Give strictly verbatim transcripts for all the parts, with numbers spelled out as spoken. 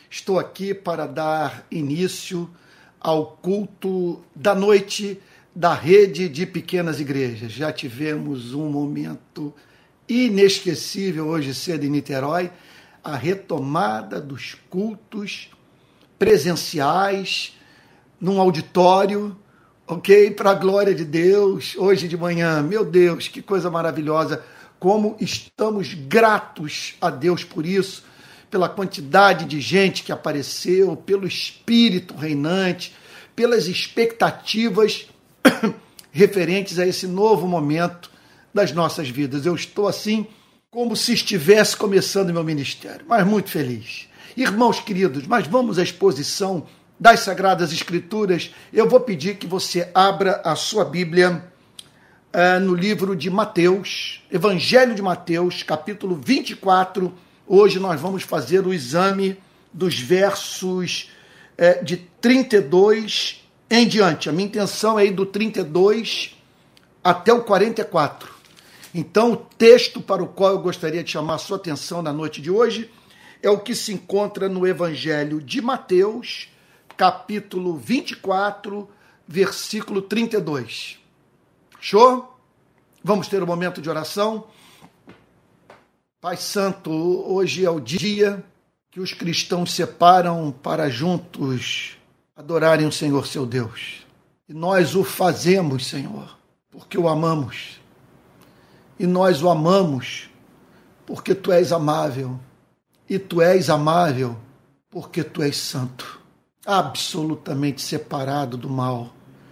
Estou aqui para dar início ao culto da noite da rede de pequenas igrejas. Já tivemos um momento inesquecível hoje cedo em Niterói, a retomada dos cultos presenciais num auditório, ok? Para a glória de Deus, hoje de manhã, meu Deus, que coisa maravilhosa, como estamos gratos a Deus por isso, pela quantidade de gente que apareceu, pelo espírito reinante, pelas expectativas referentes a esse novo momento das nossas vidas. Eu estou assim como se estivesse começando meu ministério, mas muito feliz. Irmãos queridos, mas vamos à exposição das Sagradas Escrituras. Eu vou pedir que você abra a sua Bíblia uh, no livro de Mateus, Evangelho de Mateus, capítulo vinte e quatro. Hoje nós vamos fazer o exame dos versos uh, de trinta e dois em diante. A minha intenção é ir do trinta e dois até o quarenta e quatro. Então, o texto para o qual eu gostaria de chamar a sua atenção na noite de hoje é o que se encontra no Evangelho de Mateus, capítulo vinte e quatro, versículo trinta e dois. Show? Vamos ter um momento de oração. Pai Santo, hoje é o dia que os cristãos separam para juntos adorarem o Senhor seu Deus. E nós o fazemos, Senhor, porque o amamos. E nós o amamos porque Tu és amável. E Tu és amável porque Tu és santo. Absolutamente separado do mal,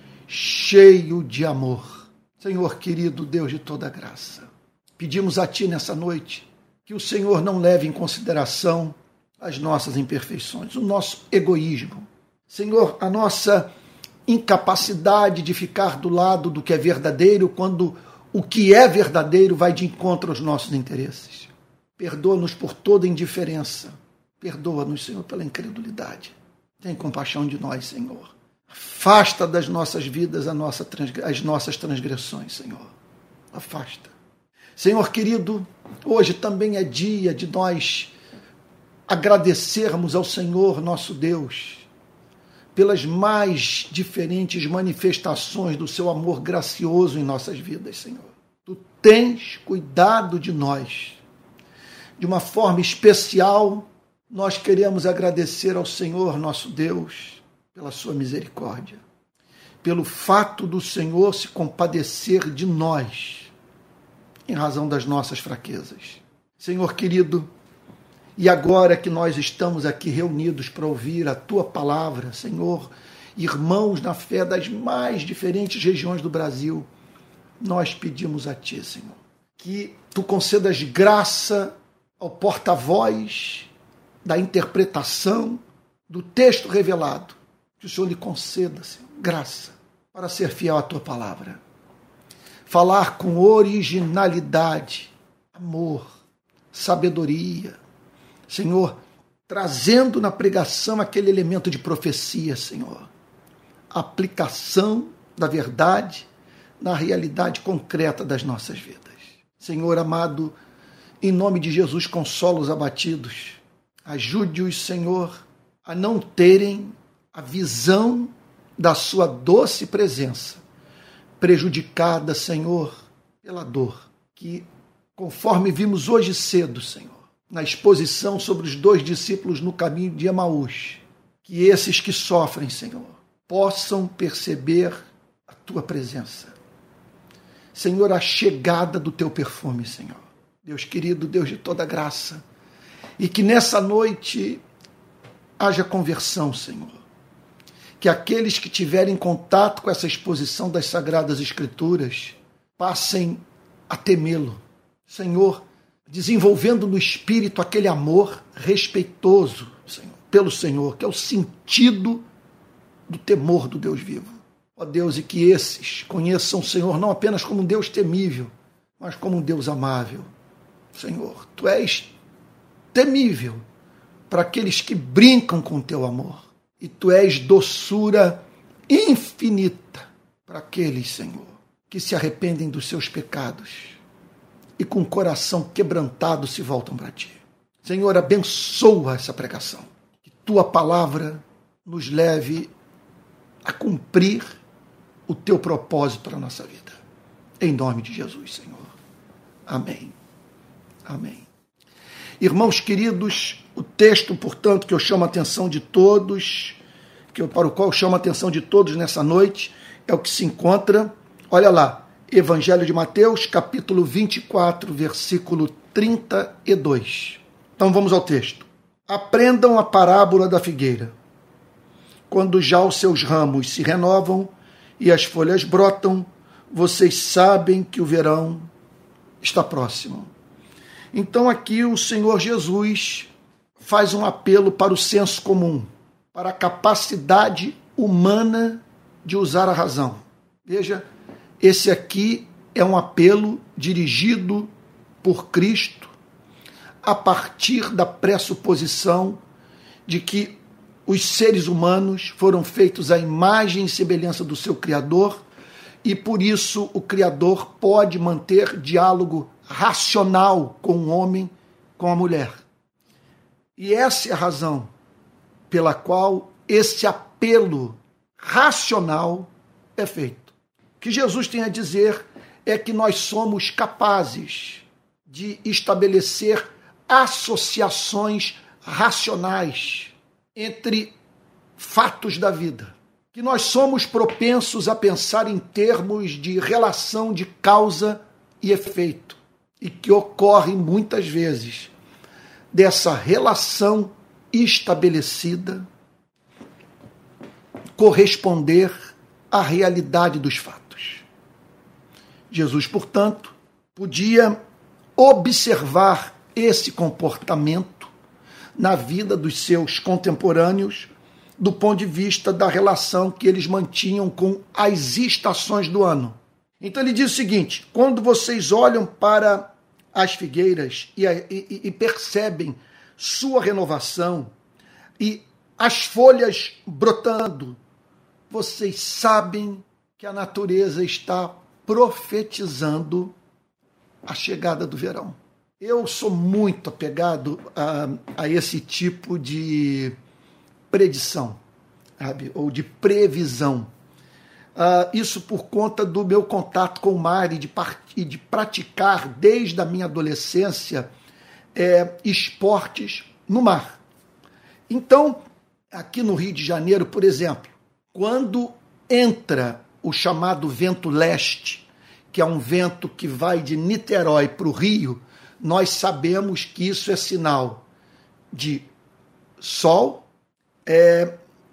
cheio de amor. Senhor querido, Deus de toda graça, pedimos a Ti nessa noite que o Senhor não leve em consideração as nossas imperfeições, o nosso egoísmo. Senhor, a nossa incapacidade de ficar do lado do que é verdadeiro quando o que é verdadeiro vai de encontro aos nossos interesses. Perdoa-nos por toda indiferença. Perdoa-nos, Senhor, pela incredulidade. Tem compaixão de nós, Senhor. Afasta das nossas vidas a nossa, as nossas transgressões, Senhor. Afasta. Senhor querido, hoje também é dia de nós agradecermos ao Senhor nosso Deus pelas mais diferentes manifestações do seu amor gracioso em nossas vidas, Senhor. Tu tens cuidado de nós. De uma forma especial, nós queremos agradecer ao Senhor nosso Deus pela sua misericórdia, pelo fato do Senhor se compadecer de nós em razão das nossas fraquezas. Senhor querido, e agora que nós estamos aqui reunidos para ouvir a Tua palavra, Senhor, irmãos na fé das mais diferentes regiões do Brasil, nós pedimos a Ti, Senhor, que Tu concedas graça ao porta-voz da interpretação do texto revelado, que o Senhor lhe conceda, Senhor, graça para ser fiel à Tua palavra. Falar com originalidade, amor, sabedoria, Senhor, trazendo na pregação aquele elemento de profecia, Senhor, aplicação da verdade na realidade concreta das nossas vidas. Senhor amado, em nome de Jesus, consola os abatidos, ajude-os, Senhor, a não terem a visão da sua doce presença, prejudicada, Senhor, pela dor, que, conforme vimos hoje cedo, Senhor, na exposição sobre os dois discípulos no caminho de Emaús, que esses que sofrem, Senhor, possam perceber a Tua presença. Senhor, a chegada do Teu perfume, Senhor. Deus querido, Deus de toda graça, e que nessa noite haja conversão, Senhor. Que aqueles que tiverem contato com essa exposição das Sagradas Escrituras passem a temê-lo, Senhor, desenvolvendo no espírito aquele amor respeitoso, Senhor, pelo Senhor, que é o sentido do temor do Deus vivo. Ó Deus, e que esses conheçam o Senhor não apenas como um Deus temível, mas como um Deus amável. Senhor, Tu és temível para aqueles que brincam com Teu amor. E Tu és doçura infinita para aqueles, Senhor, que se arrependem dos seus pecados e com o coração quebrantado se voltam para Ti. Senhor, abençoa essa pregação. Que tua palavra nos leve a cumprir o teu propósito para a nossa vida. Em nome de Jesus, Senhor. Amém. Amém. Irmãos queridos, o texto, portanto, que eu chamo a atenção de todos, que eu, para o qual eu chamo a atenção de todos nessa noite, é o que se encontra, olha lá, Evangelho de Mateus, capítulo vinte e quatro, versículo trinta e dois. Então vamos ao texto. Aprendam a parábola da figueira. Quando já os seus ramos se renovam e as folhas brotam, vocês sabem que o verão está próximo. Então aqui o Senhor Jesus faz um apelo para o senso comum, para a capacidade humana de usar a razão. Veja, esse aqui é um apelo dirigido por Cristo a partir da pressuposição de que os seres humanos foram feitos à imagem e semelhança do seu Criador e, por isso, o Criador pode manter diálogo racional com o homem, com a mulher. E essa é a razão pela qual esse apelo racional é feito. O que Jesus tem a dizer é que nós somos capazes de estabelecer associações racionais entre fatos da vida, que nós somos propensos a pensar em termos de relação de causa e efeito, e que ocorre muitas vezes dessa relação estabelecida corresponder à realidade dos fatos. Jesus, portanto, podia observar esse comportamento na vida dos seus contemporâneos do ponto de vista da relação que eles mantinham com as estações do ano. Então ele diz o seguinte: quando vocês olham para as figueiras e, e, e percebem sua renovação e as folhas brotando, vocês sabem que a natureza está profetizando a chegada do verão. Eu sou muito apegado a, a esse tipo de predição, sabe? Ou de previsão. Uh, isso por conta do meu contato com o mar e de, part... e de praticar desde a minha adolescência é, esportes no mar. Então, aqui no Rio de Janeiro, por exemplo, quando entra o chamado vento leste, que é um vento que vai de Niterói para o Rio, nós sabemos que isso é sinal de sol, é,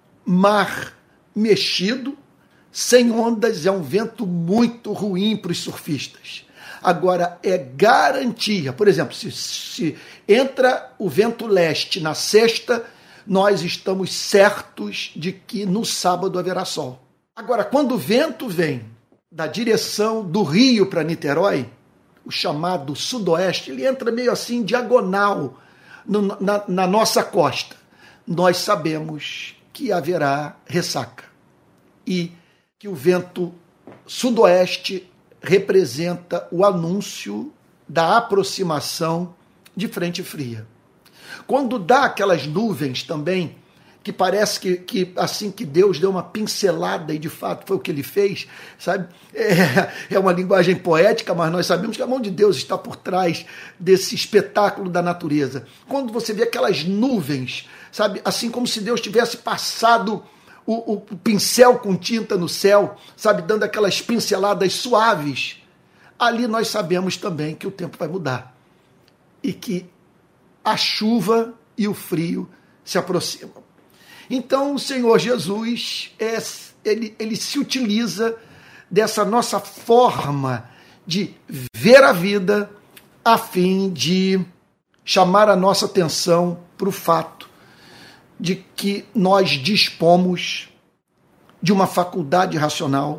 mar mexido, sem ondas, é um vento muito ruim para os surfistas. Agora, é garantia. Por exemplo, se, se entra o vento leste na sexta, nós estamos certos de que no sábado haverá sol. Agora, quando o vento vem da direção do Rio para Niterói, o chamado sudoeste, ele entra meio assim, diagonal no, na, na nossa costa. Nós sabemos que haverá ressaca e que o vento sudoeste representa o anúncio da aproximação de frente fria. Quando dá aquelas nuvens também, que parece que, que assim que Deus deu uma pincelada, e de fato foi o que ele fez, sabe? É, é uma linguagem poética, mas nós sabemos que a mão de Deus está por trás desse espetáculo da natureza. Quando você vê aquelas nuvens, sabe? Assim como se Deus tivesse passado o, o, o pincel com tinta no céu, sabe? Dando aquelas pinceladas suaves, ali nós sabemos também que o tempo vai mudar e que a chuva e o frio se aproximam. Então, o Senhor Jesus, é, ele, ele se utiliza dessa nossa forma de ver a vida a fim de chamar a nossa atenção para o fato de que nós dispomos de uma faculdade racional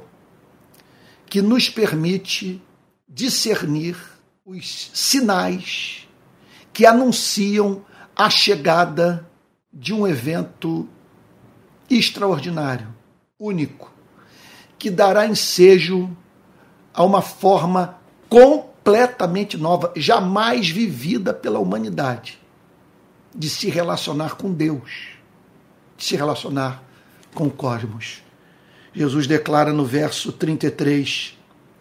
que nos permite discernir os sinais que anunciam a chegada de um evento extraordinário, único, que dará ensejo a uma forma completamente nova, jamais vivida pela humanidade, de se relacionar com Deus. de se relacionar com o cosmos. Jesus declara no verso trinta e três,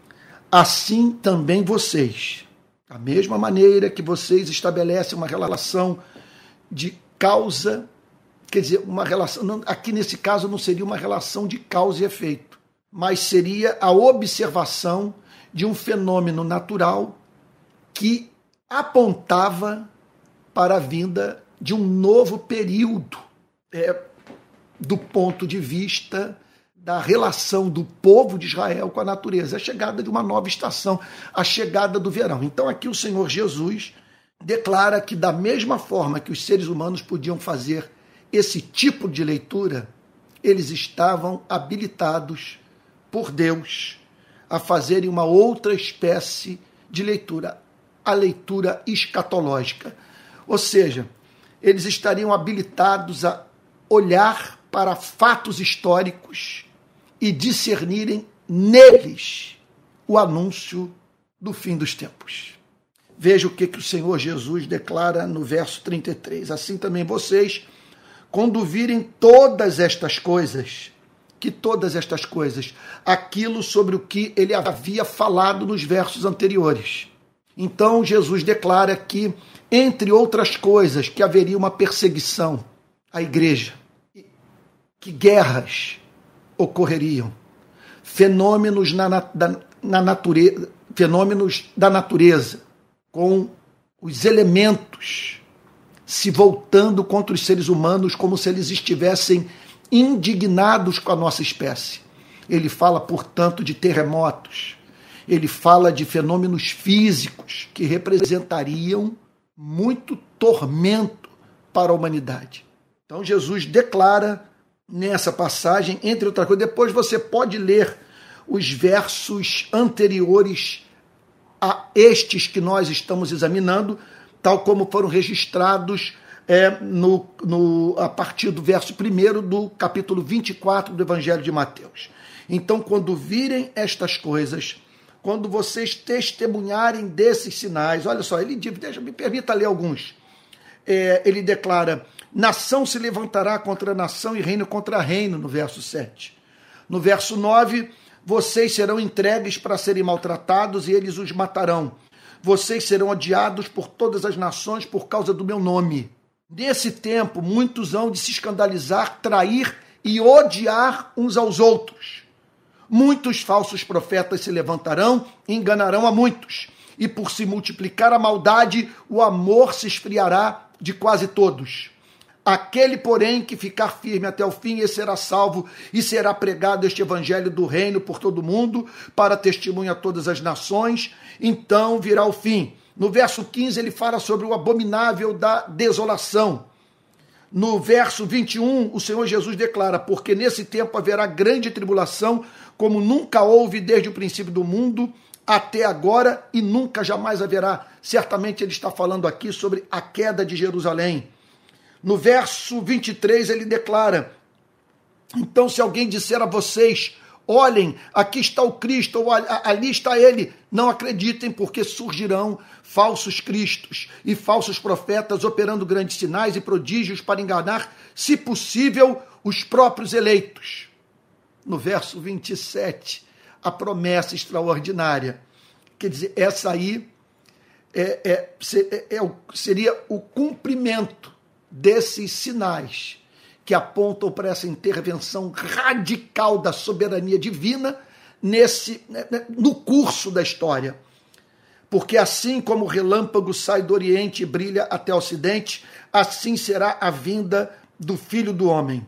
assim também vocês, da mesma maneira que vocês estabelecem uma relação de causa, quer dizer, uma relação, aqui nesse caso não seria uma relação de causa e efeito, mas seria a observação de um fenômeno natural que apontava para a vinda de um novo período, é, do ponto de vista da relação do povo de Israel com a natureza, a chegada de uma nova estação, a chegada do verão. Então aqui o Senhor Jesus declara que da mesma forma que os seres humanos podiam fazer esse tipo de leitura, eles estavam habilitados por Deus a fazerem uma outra espécie de leitura, a leitura escatológica. Ou seja, eles estariam habilitados a olhar para fatos históricos e discernirem neles o anúncio do fim dos tempos. Veja o que, que o Senhor Jesus declara no verso trinta e três. Assim também vocês, quando virem todas estas coisas, que todas estas coisas, aquilo sobre o que ele havia falado nos versos anteriores. Então Jesus declara que, entre outras coisas, que haveria uma perseguição à igreja, que guerras ocorreriam, fenômenos na, na, na natureza, fenômenos da natureza, com os elementos se voltando contra os seres humanos como se eles estivessem indignados com a nossa espécie. Ele fala, portanto, de terremotos, ele fala de fenômenos físicos que representariam muito tormento para a humanidade. Então Jesus declara nessa passagem, entre outras coisas, depois você pode ler os versos anteriores a estes que nós estamos examinando, tal como foram registrados é, no, no, a partir do verso primeiro do capítulo vinte e quatro do Evangelho de Mateus. Então, quando virem estas coisas, quando vocês testemunharem desses sinais, olha só, ele diz, deixa, me permita ler alguns. É, ele declara, nação se levantará contra nação e reino contra reino, no verso sete. No verso nove, vocês serão entregues para serem maltratados e eles os matarão. Vocês serão odiados por todas as nações por causa do meu nome. Nesse tempo, muitos hão de se escandalizar, trair e odiar uns aos outros. Muitos falsos profetas se levantarão e enganarão a muitos. E por se multiplicar a maldade, o amor se esfriará de quase todos. Aquele, porém, que ficar firme até o fim, esse será salvo, e será pregado este evangelho do reino por todo o mundo, para testemunho a todas as nações, então virá o fim. No verso quinze, ele fala sobre o abominável da desolação. No verso vinte e um, o Senhor Jesus declara, porque nesse tempo haverá grande tribulação, como nunca houve desde o princípio do mundo, até agora, e nunca jamais haverá. Certamente ele está falando aqui sobre a queda de Jerusalém. No verso vinte e três ele declara, então se alguém disser a vocês, olhem, aqui está o Cristo, ou ali está ele, não acreditem, porque surgirão falsos cristos e falsos profetas operando grandes sinais e prodígios para enganar, se possível, os próprios eleitos. No verso vinte e sete, a promessa extraordinária, quer dizer, essa aí é, é, é, é, seria o cumprimento desses sinais que apontam para essa intervenção radical da soberania divina nesse, no curso da história. Porque assim como o relâmpago sai do Oriente e brilha até o Ocidente, assim será a vinda do Filho do Homem.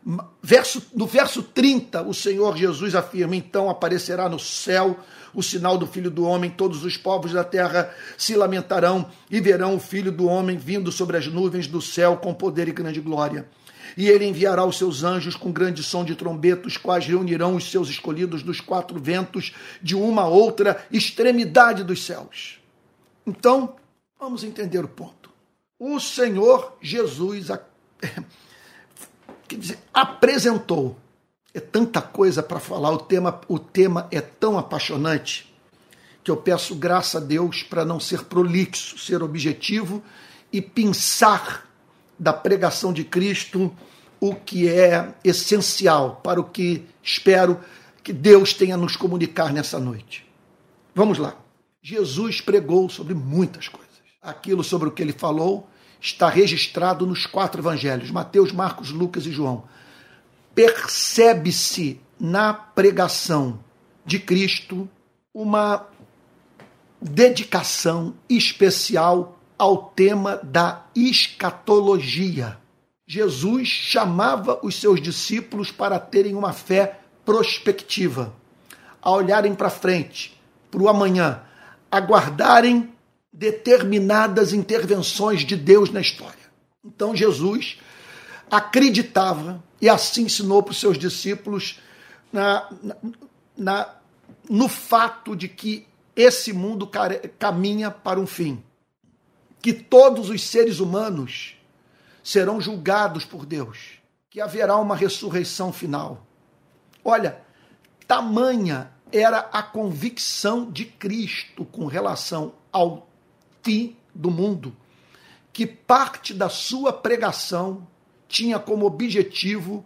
Verso, no verso trinta, o Senhor Jesus afirma, então aparecerá no céu o sinal do Filho do Homem, todos os povos da terra se lamentarão e verão o Filho do Homem vindo sobre as nuvens do céu com poder e grande glória. E ele enviará os seus anjos com grande som de trombeta, os quais reunirão os seus escolhidos dos quatro ventos de uma a outra extremidade dos céus. Então, vamos entender o ponto. O Senhor Jesus quer dizer, apresentou. É tanta coisa para falar, o tema, o tema é tão apaixonante que eu peço graça a Deus para não ser prolixo, ser objetivo e pensar da pregação de Cristo o que é essencial para o que espero que Deus tenha a nos comunicar nessa noite. Vamos lá. Jesus pregou sobre muitas coisas. Aquilo sobre o que ele falou está registrado nos quatro evangelhos, Mateus, Marcos, Lucas e João. Percebe-se na pregação de Cristo uma dedicação especial ao tema da escatologia. Jesus chamava os seus discípulos para terem uma fé prospectiva, a olharem para frente, para o amanhã, aguardarem determinadas intervenções de Deus na história. Então Jesus acreditava e assim ensinou para os seus discípulos na, na, na, no fato de que esse mundo caminha para um fim, que todos os seres humanos serão julgados por Deus, que haverá uma ressurreição final. Olha, tamanha era a convicção de Cristo com relação ao fim do mundo, que parte da sua pregação tinha como objetivo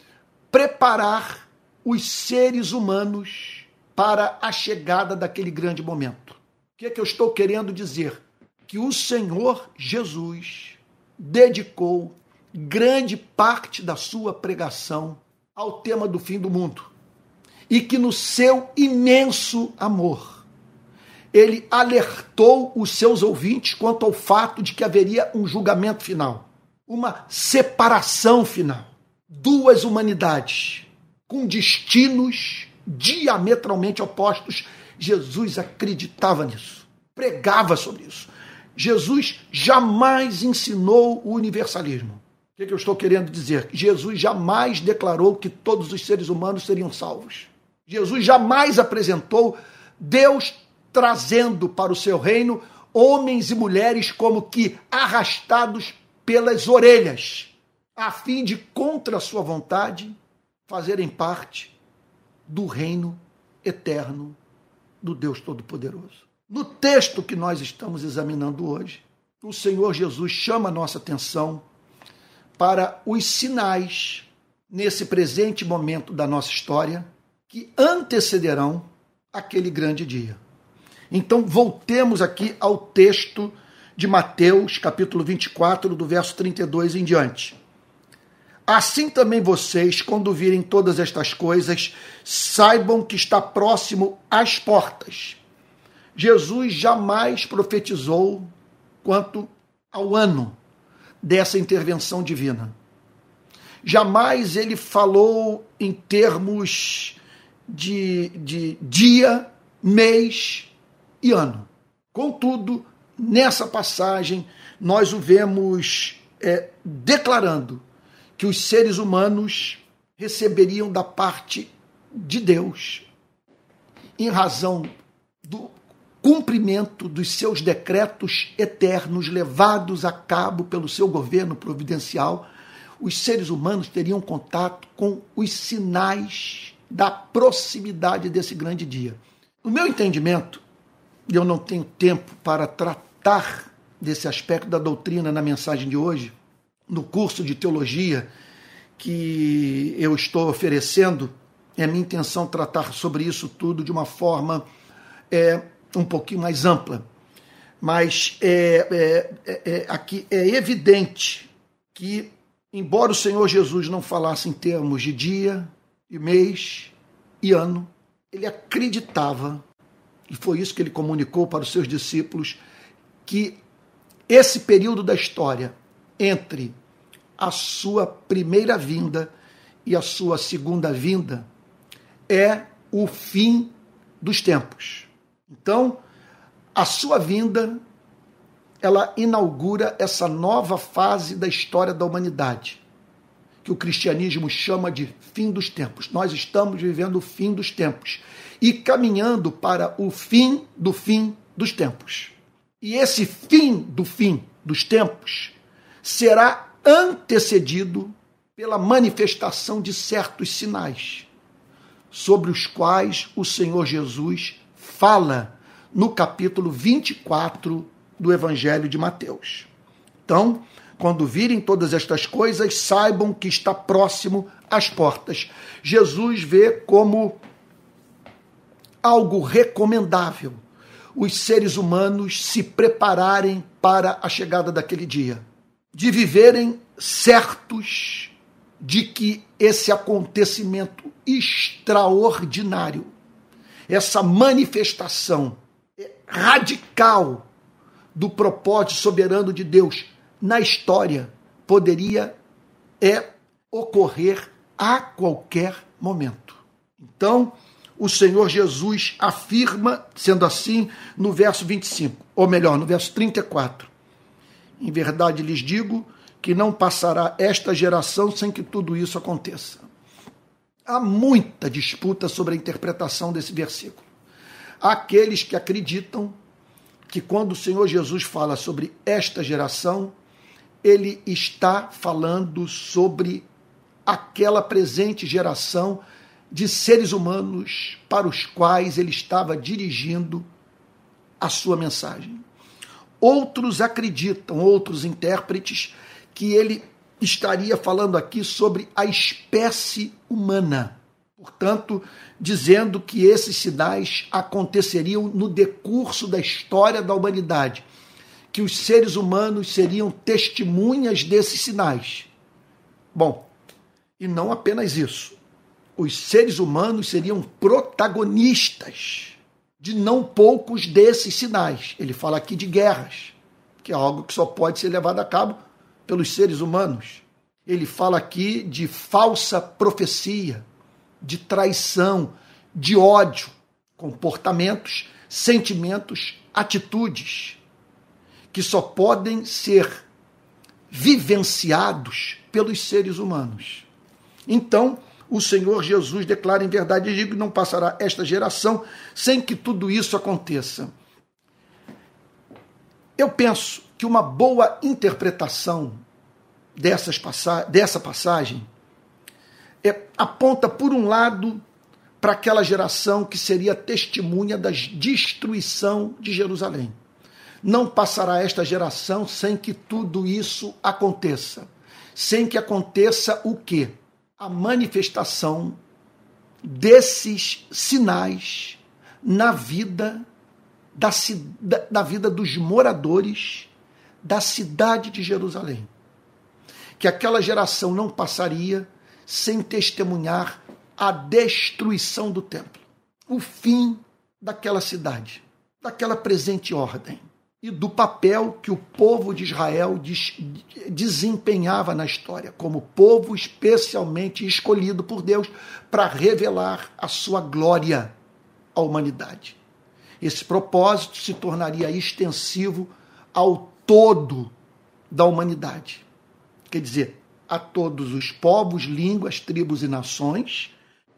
preparar os seres humanos para a chegada daquele grande momento. O que é que eu estou querendo dizer? Que o Senhor Jesus dedicou grande parte da sua pregação ao tema do fim do mundo. E que no seu imenso amor, ele alertou os seus ouvintes quanto ao fato de que haveria um julgamento final, uma separação final, duas humanidades com destinos diametralmente opostos. Jesus acreditava nisso, pregava sobre isso. Jesus jamais ensinou o universalismo. O que, é que eu estou querendo dizer? Jesus jamais declarou que todos os seres humanos seriam salvos. Jesus jamais apresentou Deus trazendo para o seu reino homens e mulheres como que arrastados pelas orelhas, a fim de, contra a sua vontade, fazerem parte do reino eterno do Deus Todo-Poderoso. No texto que nós estamos examinando hoje, o Senhor Jesus chama a nossa atenção para os sinais, nesse presente momento da nossa história, que antecederão aquele grande dia. Então, voltemos aqui ao texto de Mateus, capítulo vinte e quatro, do verso trinta e dois em diante. Assim também vocês, quando virem todas estas coisas, saibam que está próximo às portas. Jesus jamais profetizou quanto ao ano dessa intervenção divina. Jamais ele falou em termos de, de dia, mês e ano. Contudo, nessa passagem, nós o vemos é, declarando que os seres humanos receberiam da parte de Deus, em razão do cumprimento dos seus decretos eternos levados a cabo pelo seu governo providencial, os seres humanos teriam contato com os sinais da proximidade desse grande dia. No meu entendimento, e eu não tenho tempo para tratar desse aspecto da doutrina na mensagem de hoje, no curso de teologia que eu estou oferecendo, é minha intenção tratar sobre isso tudo de uma forma é, um pouquinho mais ampla. Mas é, é, é, aqui é evidente que, embora o Senhor Jesus não falasse em termos de dia, e mês e ano, ele acreditava, e foi isso que ele comunicou para os seus discípulos, que esse período da história entre a sua primeira vinda e a sua segunda vinda é o fim dos tempos. Então, a sua vinda, ela inaugura essa nova fase da história da humanidade, que o cristianismo chama de fim dos tempos. Nós estamos vivendo o fim dos tempos e caminhando para o fim do fim dos tempos. E esse fim do fim dos tempos será antecedido pela manifestação de certos sinais, sobre os quais o Senhor Jesus fala no capítulo vinte e quatro do Evangelho de Mateus. Então, Quando virem todas estas coisas, saibam que está próximo às portas. Jesus vê como algo recomendável os seres humanos se prepararem para a chegada daquele dia, de viverem certos de que esse acontecimento extraordinário, essa manifestação radical do propósito soberano de Deus na história poderia é ocorrer a qualquer momento. Então, o Senhor Jesus afirma, sendo assim, no verso vinte e cinco, ou melhor, no verso trinta e quatro. Em verdade lhes digo que não passará esta geração sem que tudo isso aconteça. Há muita disputa sobre a interpretação desse versículo. Há aqueles que acreditam que quando o Senhor Jesus fala sobre esta geração, ele está falando sobre aquela presente geração de seres humanos para os quais ele estava dirigindo a sua mensagem. Outros acreditam, outros intérpretes, que ele estaria falando aqui sobre a espécie humana. Portanto, dizendo que esses sinais aconteceriam no decurso da história da humanidade, que os seres humanos seriam testemunhas desses sinais. Bom, e não apenas isso. Os seres humanos seriam protagonistas de não poucos desses sinais. Ele fala aqui de guerras, que é algo que só pode ser levado a cabo pelos seres humanos. Ele fala aqui de falsa profecia, de traição, de ódio, comportamentos, sentimentos, atitudes, que só podem ser vivenciados pelos seres humanos. Então, o Senhor Jesus declara em verdade, eu digo que não passará esta geração sem que tudo isso aconteça. Eu penso que uma boa interpretação dessas passa- dessa passagem é, aponta, por um lado, para aquela geração que seria testemunha da destruição de Jerusalém. Não passará esta geração sem que tudo isso aconteça. Sem que aconteça o quê? A manifestação desses sinais na vida da, da vida dos moradores da cidade de Jerusalém. Que aquela geração não passaria sem testemunhar a destruição do templo, o fim daquela cidade, daquela presente ordem e do papel que o povo de Israel des, desempenhava na história, como povo especialmente escolhido por Deus para revelar a sua glória à humanidade. Esse propósito se tornaria extensivo ao todo da humanidade. Quer dizer, a todos os povos, línguas, tribos e nações,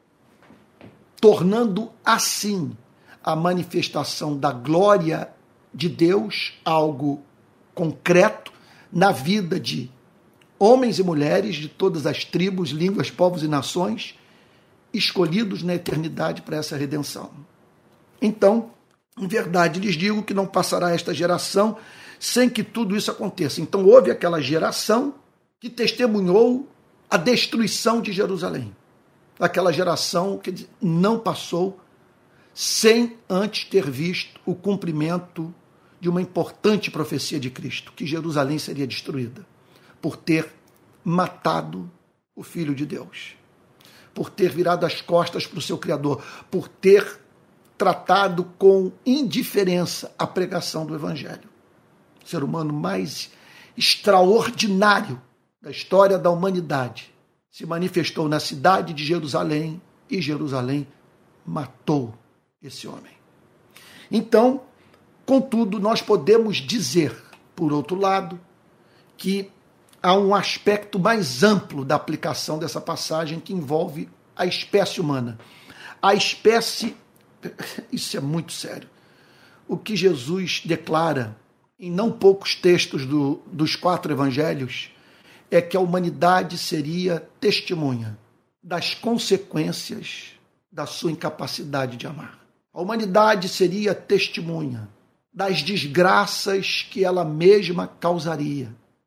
tornando assim a manifestação da glória de Deus algo concreto na vida de homens e mulheres de todas as tribos, línguas, povos e nações, escolhidos na eternidade para essa redenção. Então, em verdade lhes digo que não passará esta geração sem que tudo isso aconteça. Então houve aquela geração que testemunhou a destruição de Jerusalém. Aquela geração que não passou sem antes ter visto o cumprimento de uma importante profecia de Cristo, que Jerusalém seria destruída, por ter matado o Filho de Deus, por ter virado as costas para o seu Criador, por ter tratado com indiferença a pregação do Evangelho. O ser humano mais extraordinário da história da humanidade se manifestou na cidade de Jerusalém e Jerusalém matou esse homem. Então, contudo, nós podemos dizer, por outro lado, que há um aspecto mais amplo da aplicação dessa passagem que envolve a espécie humana. A espécie, isso é muito sério. O que Jesus declara em não poucos textos do, dos quatro evangelhos é que a humanidade seria testemunha das consequências da sua incapacidade de amar. A humanidade seria testemunha das desgraças que ela mesma causaria.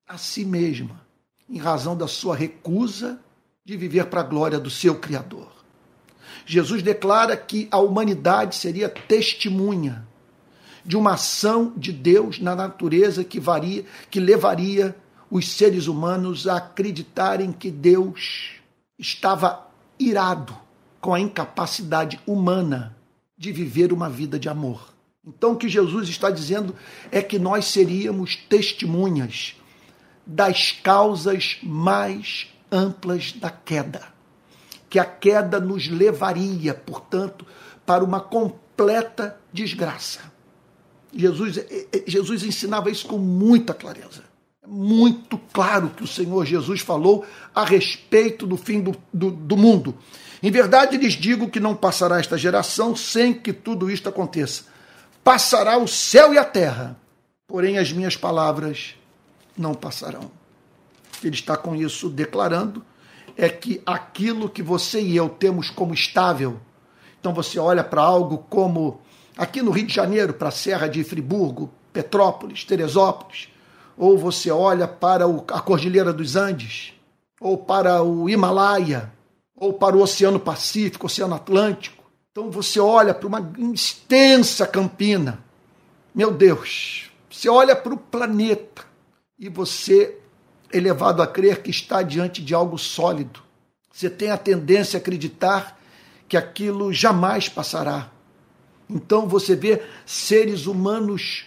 a si mesma, em razão da sua recusa de viver para a glória do seu Criador. Jesus declara que a humanidade seria testemunha de uma ação de Deus na natureza que, varia, que levaria os seres humanos a acreditarem que Deus estava irado com a incapacidade humana de viver uma vida de amor. Então, o que Jesus está dizendo é que nós seríamos testemunhas das causas mais amplas da queda, que a queda nos levaria, portanto, para uma completa desgraça. Jesus, Jesus ensinava isso com muita clareza. É muito claro que o Senhor Jesus falou a respeito do fim do, do, do mundo. Em verdade, lhes digo que não passará esta geração sem que tudo isto aconteça. Passará o céu e a terra, porém as minhas palavras não passarão. O que ele está com isso declarando é que aquilo que você e eu temos como estável, então você olha para algo como aqui no Rio de Janeiro, para a Serra de Friburgo, Petrópolis, Teresópolis, ou você olha para a Cordilheira dos Andes, ou para o Himalaia, ou para o Oceano Pacífico, Oceano Atlântico. Então você olha para uma extensa campina. Meu Deus, você olha para o planeta e você é levado a crer que está diante de algo sólido. Você tem a tendência a acreditar que aquilo jamais passará. Então você vê seres humanos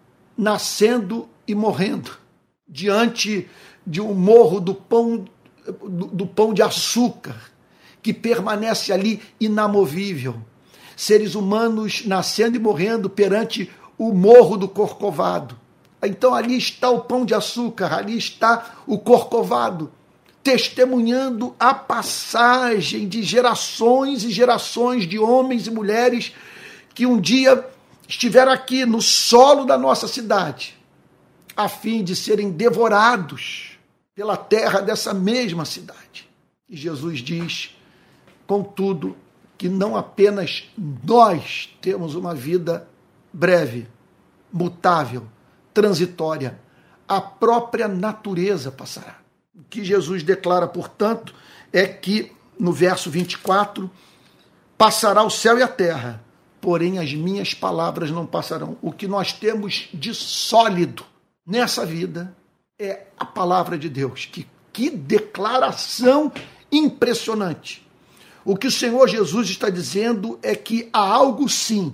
nascendo e morrendo diante de um morro do pão, do, do pão de açúcar, que permanece ali inamovível. Seres humanos nascendo e morrendo perante o morro do Corcovado. Então ali está o pão de açúcar, ali está o Corcovado, testemunhando a passagem de gerações e gerações de homens e mulheres que um dia estiveram aqui no solo da nossa cidade, a fim de serem devorados pela terra dessa mesma cidade. E Jesus diz, contudo, que não apenas nós temos uma vida breve, mutável, transitória, a própria natureza passará. O que Jesus declara, portanto, é que, no verso vinte e quatro, passará o céu e a terra, porém as minhas palavras não passarão. O que nós temos de sólido nessa vida é a palavra de Deus. Que, que declaração impressionante! O que o Senhor Jesus está dizendo é que há algo, sim,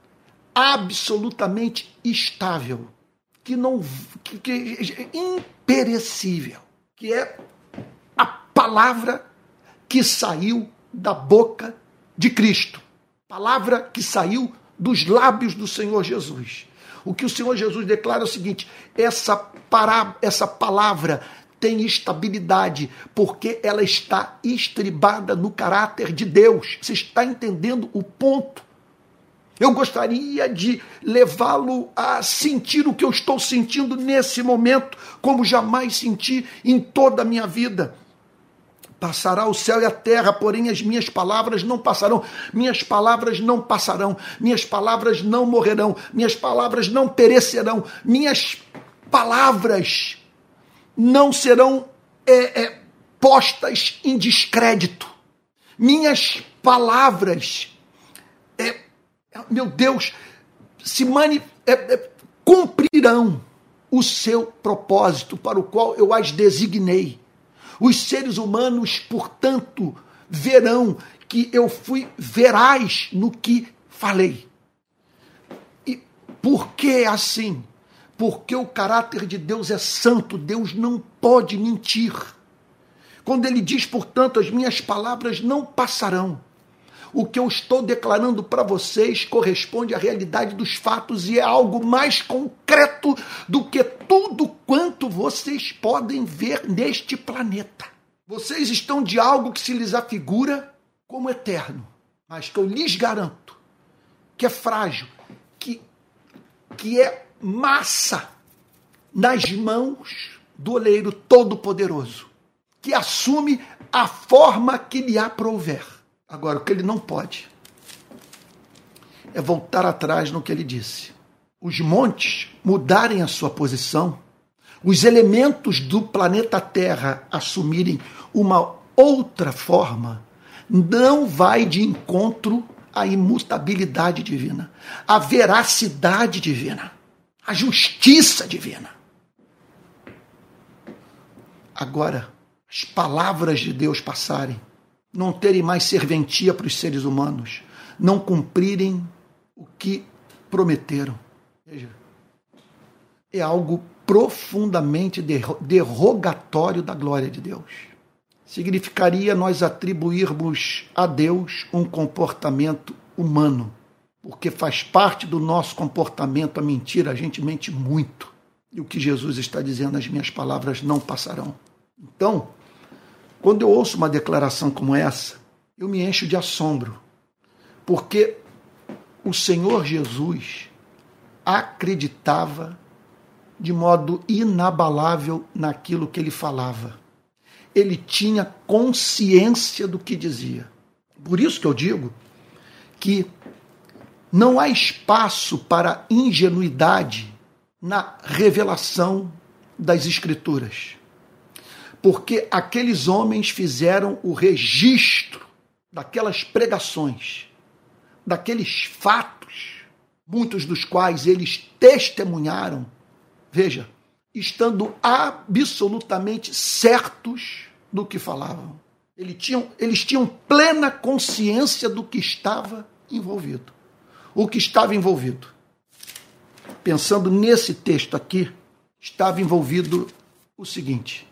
absolutamente estável, que não que, que é imperecível, que é a palavra que saiu da boca de Cristo, palavra que saiu dos lábios do Senhor Jesus. O que o Senhor Jesus declara é o seguinte: essa, para, essa palavra tem estabilidade, porque ela está estribada no caráter de Deus. Você está entendendo o ponto? Eu gostaria de levá-lo a sentir o que eu estou sentindo nesse momento, como jamais senti em toda a minha vida. Passará o céu e a terra, porém as minhas palavras não passarão. Minhas palavras não passarão. Minhas palavras não morrerão. Minhas palavras não perecerão. Minhas palavras não serão é, é, postas em descrédito. Minhas palavras, é, meu Deus, se mani, é, é, cumprirão o seu propósito para o qual eu as designei. Os seres humanos, portanto, verão que eu fui veraz no que falei. E por que assim? Porque o caráter de Deus é santo, Deus não pode mentir. Quando ele diz, portanto, as minhas palavras não passarão. O que eu estou declarando para vocês corresponde à realidade dos fatos e é algo mais concreto do que tudo quanto vocês podem ver neste planeta. Vocês estão de algo que se lhes afigura como eterno, mas que eu lhes garanto que é frágil, que, que é massa nas mãos do oleiro todo-poderoso, que assume a forma que lhe aprouver. Agora, o que ele não pode é voltar atrás no que ele disse. Os montes mudarem a sua posição, os elementos do planeta Terra assumirem uma outra forma, não vai de encontro à imutabilidade divina, à veracidade divina, à justiça divina. Agora, as palavras de Deus passarem, não terem mais serventia para os seres humanos, não cumprirem o que prometeram. Veja, é algo profundamente derrogatório da glória de Deus. Significaria nós atribuirmos a Deus um comportamento humano, porque faz parte do nosso comportamento a mentira, a gente mente muito. E o que Jesus está dizendo, as minhas palavras não passarão. Então, quando eu ouço uma declaração como essa, eu me encho de assombro, porque o Senhor Jesus acreditava de modo inabalável naquilo que ele falava. Ele tinha consciência do que dizia. Por isso que eu digo que não há espaço para ingenuidade na revelação das Escrituras. Porque aqueles homens fizeram o registro daquelas pregações, daqueles fatos, muitos dos quais eles testemunharam, veja, estando absolutamente certos do que falavam. Eles tinham, eles tinham plena consciência do que estava envolvido. O que estava envolvido. Pensando nesse texto aqui, estava envolvido o seguinte: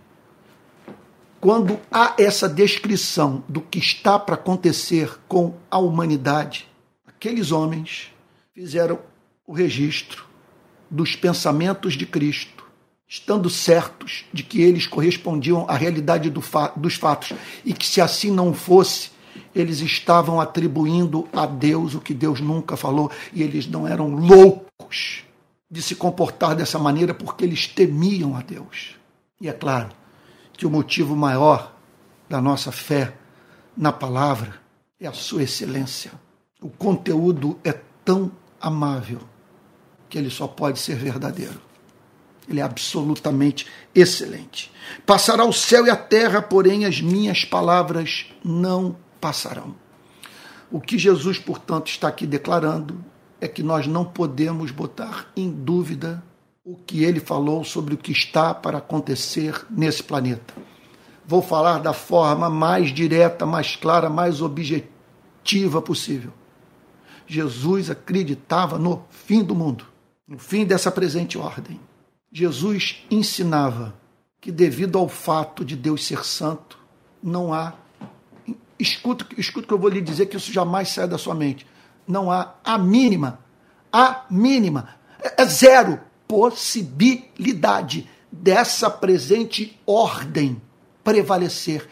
quando há essa descrição do que está para acontecer com a humanidade, aqueles homens fizeram o registro dos pensamentos de Cristo, estando certos de que eles correspondiam à realidade do fa- dos fatos, e que se assim não fosse, eles estavam atribuindo a Deus o que Deus nunca falou, e eles não eram loucos de se comportar dessa maneira porque eles temiam a Deus. E é claro que o motivo maior da nossa fé na palavra é a sua excelência. O conteúdo é tão amável que ele só pode ser verdadeiro. Ele é absolutamente excelente. Passará o céu e a terra, porém as minhas palavras não passarão. O que Jesus, portanto, está aqui declarando é que nós não podemos botar em dúvida o que ele falou sobre o que está para acontecer nesse planeta. Vou falar da forma mais direta, mais clara, mais objetiva possível. Jesus acreditava no fim do mundo, no fim dessa presente ordem. Jesus ensinava que, devido ao fato de Deus ser santo, não há... Escuta, escuta que eu vou lhe dizer, que isso jamais sai da sua mente. Não há a mínima, a mínima, é zero possibilidade dessa presente ordem prevalecer,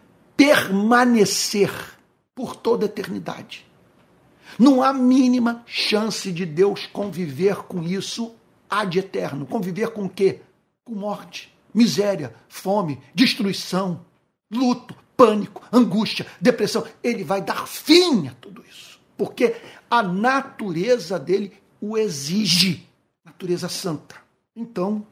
permanecer por toda a eternidade. Não há mínima chance de Deus conviver com isso ad eterno. Conviver com o quê? Com morte, miséria, fome, destruição, luto, pânico, angústia, depressão. Ele vai dar fim a tudo isso, porque a natureza dele o exige, natureza santa. Então,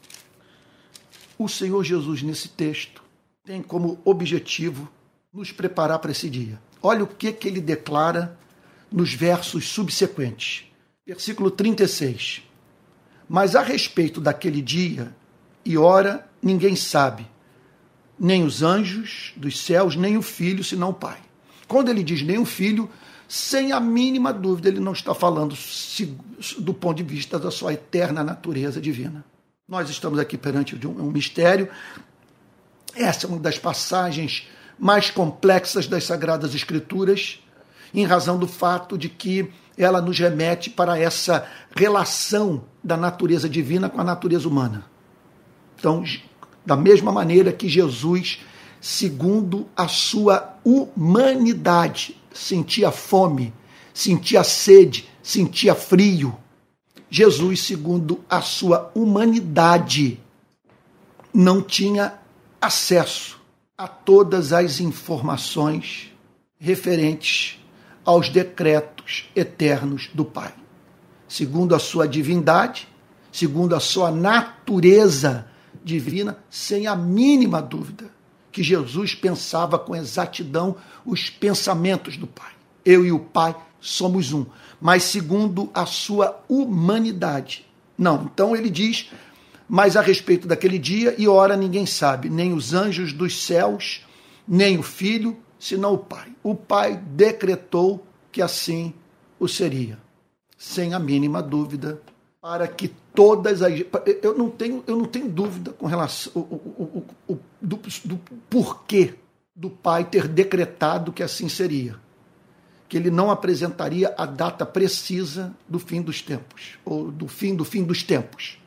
o Senhor Jesus, nesse texto, tem como objetivo nos preparar para esse dia. Olha o que, que ele declara nos versos subsequentes. Versículo trinta e seis. Mas a respeito daquele dia e hora, ninguém sabe, nem os anjos dos céus, nem o Filho, senão o Pai. Quando ele diz nem o Filho, sem a mínima dúvida, ele não está falando do ponto de vista da sua eterna natureza divina. Nós estamos aqui perante um mistério. Essa é uma das passagens mais complexas das Sagradas Escrituras, em razão do fato de que ela nos remete para essa relação da natureza divina com a natureza humana. Então, da mesma maneira que Jesus, segundo a sua humanidade, sentia fome, sentia sede, sentia frio, Jesus, segundo a sua humanidade, não tinha acesso a todas as informações referentes aos decretos eternos do Pai. Segundo a sua divindade, segundo a sua natureza divina, sem a mínima dúvida que Jesus pensava com exatidão os pensamentos do Pai. Eu e o Pai somos um, mas segundo a sua humanidade. Não, então ele diz, mas a respeito daquele dia e hora ninguém sabe, nem os anjos dos céus, nem o Filho, senão o Pai. O Pai decretou que assim o seria, sem a mínima dúvida, para que todas as... Eu não tenho, eu não tenho dúvida com relação o, o, o, o, do, do porquê do Pai ter decretado que assim seria. Que ele não apresentaria a data precisa do fim dos tempos, ou do fim do fim dos tempos.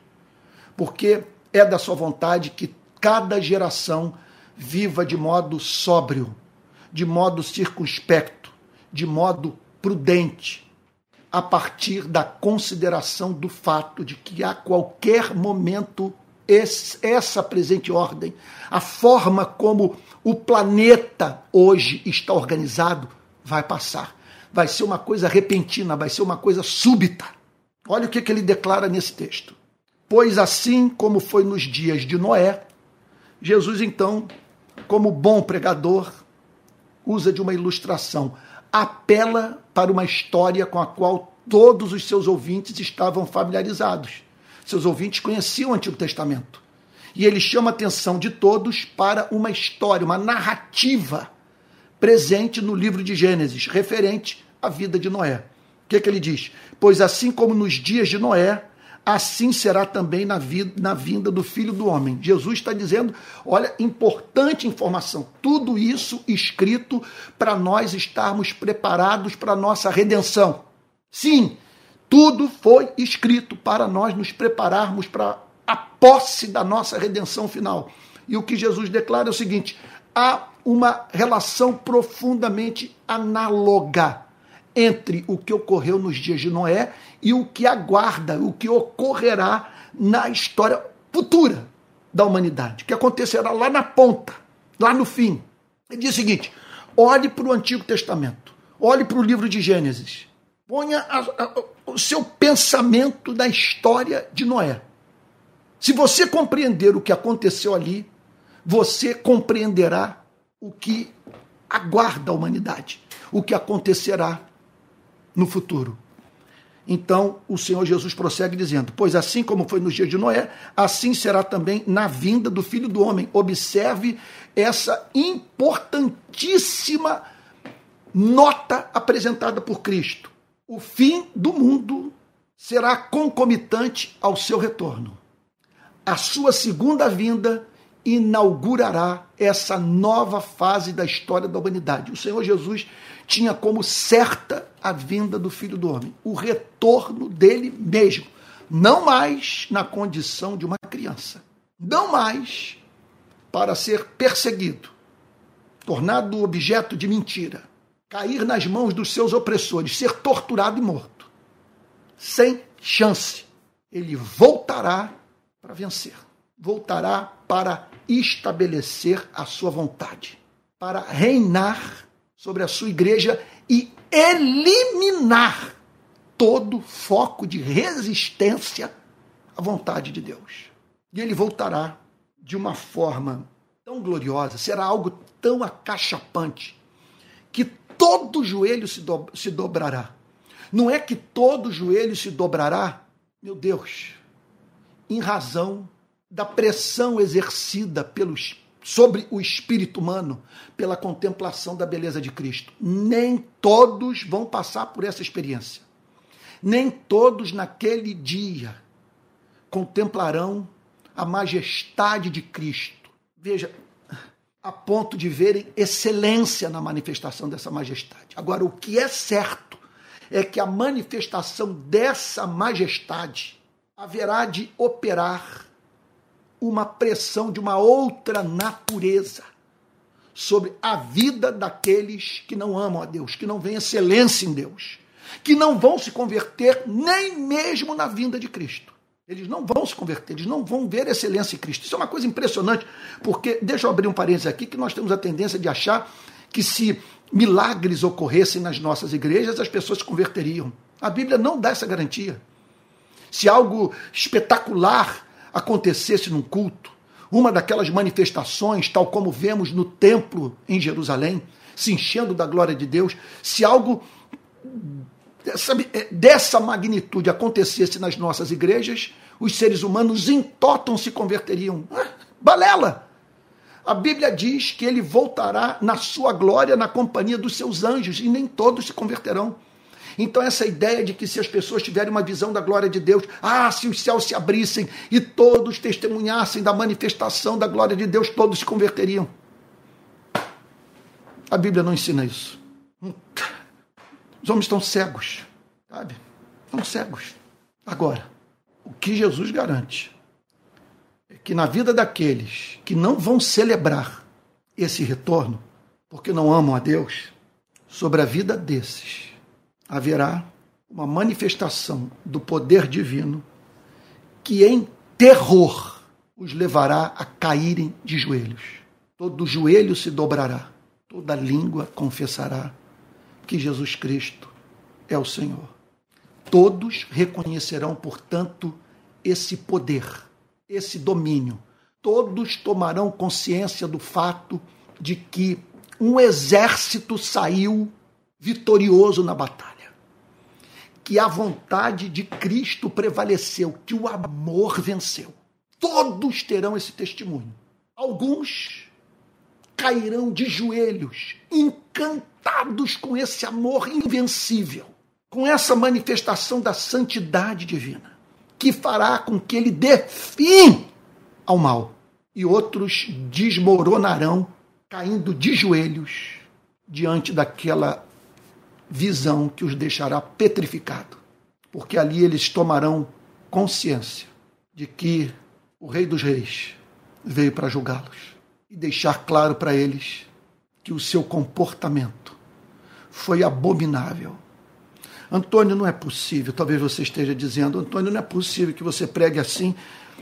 Porque é da sua vontade que cada geração viva de modo sóbrio, de modo circunspecto, de modo prudente, a partir da consideração do fato de que a qualquer momento esse, essa presente ordem, a forma como o planeta hoje está organizado, vai passar. Vai ser uma coisa repentina, vai ser uma coisa súbita. Olha o que, que ele declara nesse texto. Pois assim como foi nos dias de Noé, Jesus então, como bom pregador, usa de uma ilustração, apela para uma história com a qual todos os seus ouvintes estavam familiarizados. Seus ouvintes conheciam o Antigo Testamento. E ele chama a atenção de todos para uma história, uma narrativa presente no livro de Gênesis, referente à vida de Noé. O que, que ele diz? Pois assim como nos dias de Noé, assim será também na, vida, na vinda do Filho do Homem. Jesus está dizendo, olha, importante informação, tudo isso escrito para nós estarmos preparados para a nossa redenção. Sim, tudo foi escrito para nós nos prepararmos para a posse da nossa redenção final. E o que Jesus declara é o seguinte, há uma relação profundamente análoga entre o que ocorreu nos dias de Noé e o que aguarda, o que ocorrerá na história futura da humanidade, que acontecerá lá na ponta, lá no fim. Ele diz o seguinte, olhe para o Antigo Testamento, olhe para o livro de Gênesis, ponha a, a, o seu pensamento na história de Noé. Se você compreender o que aconteceu ali, você compreenderá o que aguarda a humanidade, o que acontecerá no futuro. Então, o Senhor Jesus prossegue dizendo, pois assim como foi nos dias de Noé, assim será também na vinda do Filho do Homem. Observe essa importantíssima nota apresentada por Cristo. O fim do mundo será concomitante ao seu retorno. A sua segunda vinda inaugurará essa nova fase da história da humanidade. O Senhor Jesus tinha como certa a vinda do Filho do Homem, o retorno dele mesmo, não mais na condição de uma criança, não mais para ser perseguido, tornado objeto de mentira, cair nas mãos dos seus opressores, ser torturado e morto, sem chance. Ele voltará para vencer, voltará para estabelecer a sua vontade, para reinar sobre a sua igreja e eliminar todo foco de resistência à vontade de Deus. E ele voltará de uma forma tão gloriosa, será algo tão acachapante, que todo joelho se, do, se dobrará. Não é que todo joelho se dobrará, meu Deus, em razão da pressão exercida pelos, sobre o espírito humano pela contemplação da beleza de Cristo. Nem todos vão passar por essa experiência. Nem todos naquele dia contemplarão a majestade de Cristo. Veja, a ponto de verem excelência na manifestação dessa majestade. Agora, o que é certo é que a manifestação dessa majestade haverá de operar uma pressão de uma outra natureza sobre a vida daqueles que não amam a Deus, que não veem excelência em Deus, que não vão se converter nem mesmo na vinda de Cristo. Eles não vão se converter, eles não vão ver excelência em Cristo. Isso é uma coisa impressionante, porque, deixa eu abrir um parênteses aqui, que nós temos a tendência de achar que se milagres ocorressem nas nossas igrejas, as pessoas se converteriam. A Bíblia não dá essa garantia. Se algo espetacular acontecesse num culto, uma daquelas manifestações, tal como vemos no templo em Jerusalém, se enchendo da glória de Deus, se algo sabe, dessa magnitude acontecesse nas nossas igrejas, os seres humanos em tóton se converteriam. Ah, balela! A Bíblia diz que ele voltará na sua glória, na companhia dos seus anjos, e nem todos se converterão. Então essa ideia de que se as pessoas tiverem uma visão da glória de Deus, ah, se os céus se abrissem e todos testemunhassem da manifestação da glória de Deus, todos se converteriam. A Bíblia não ensina isso. Os homens estão cegos, sabe? Estão cegos. Agora, o que Jesus garante é que na vida daqueles que não vão celebrar esse retorno, porque não amam a Deus, sobre a vida desses, haverá uma manifestação do poder divino que em terror os levará a caírem de joelhos. Todo joelho se dobrará, toda língua confessará que Jesus Cristo é o Senhor. Todos reconhecerão, portanto, esse poder, esse domínio. Todos tomarão consciência do fato de que um exército saiu vitorioso na batalha, que a vontade de Cristo prevaleceu, que o amor venceu. Todos terão esse testemunho. Alguns cairão de joelhos, encantados com esse amor invencível, com essa manifestação da santidade divina, que fará com que ele dê fim ao mal. E outros desmoronarão, caindo de joelhos, diante daquela visão que os deixará petrificado, porque ali eles tomarão consciência de que o Rei dos Reis veio para julgá-los e deixar claro para eles que o seu comportamento foi abominável. Antônio, não é possível, talvez você esteja dizendo, Antônio, não é possível que você pregue assim.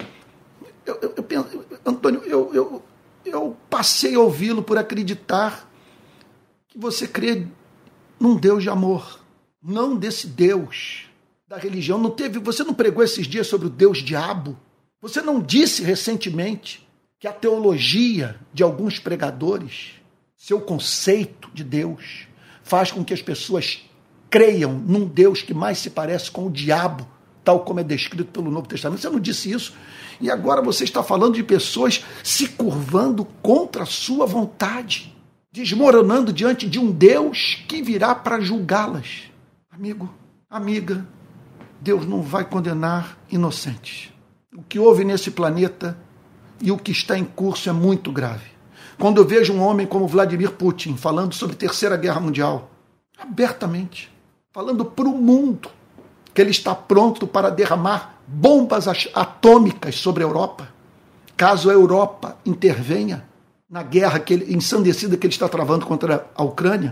Eu, eu, eu penso, Antônio, eu, eu, eu passei a ouvi-lo por acreditar que você crê num Deus de amor, não desse Deus da religião. Não teve, você não pregou esses dias sobre o Deus diabo? Você não disse recentemente que a teologia de alguns pregadores, seu conceito de Deus, faz com que as pessoas creiam num Deus que mais se parece com o diabo, tal como é descrito pelo Novo Testamento? Você não disse isso? E agora você está falando de pessoas se curvando contra a sua vontade, desmoronando diante de um Deus que virá para julgá-las. Amigo, amiga, Deus não vai condenar inocentes. O que houve nesse planeta e o que está em curso é muito grave. Quando eu vejo um homem como Vladimir Putin falando sobre a Terceira Guerra Mundial, abertamente, falando para o mundo que ele está pronto para derramar bombas atômicas sobre a Europa, caso a Europa intervenha na guerra que ele, ensandecida que ele está travando contra a Ucrânia,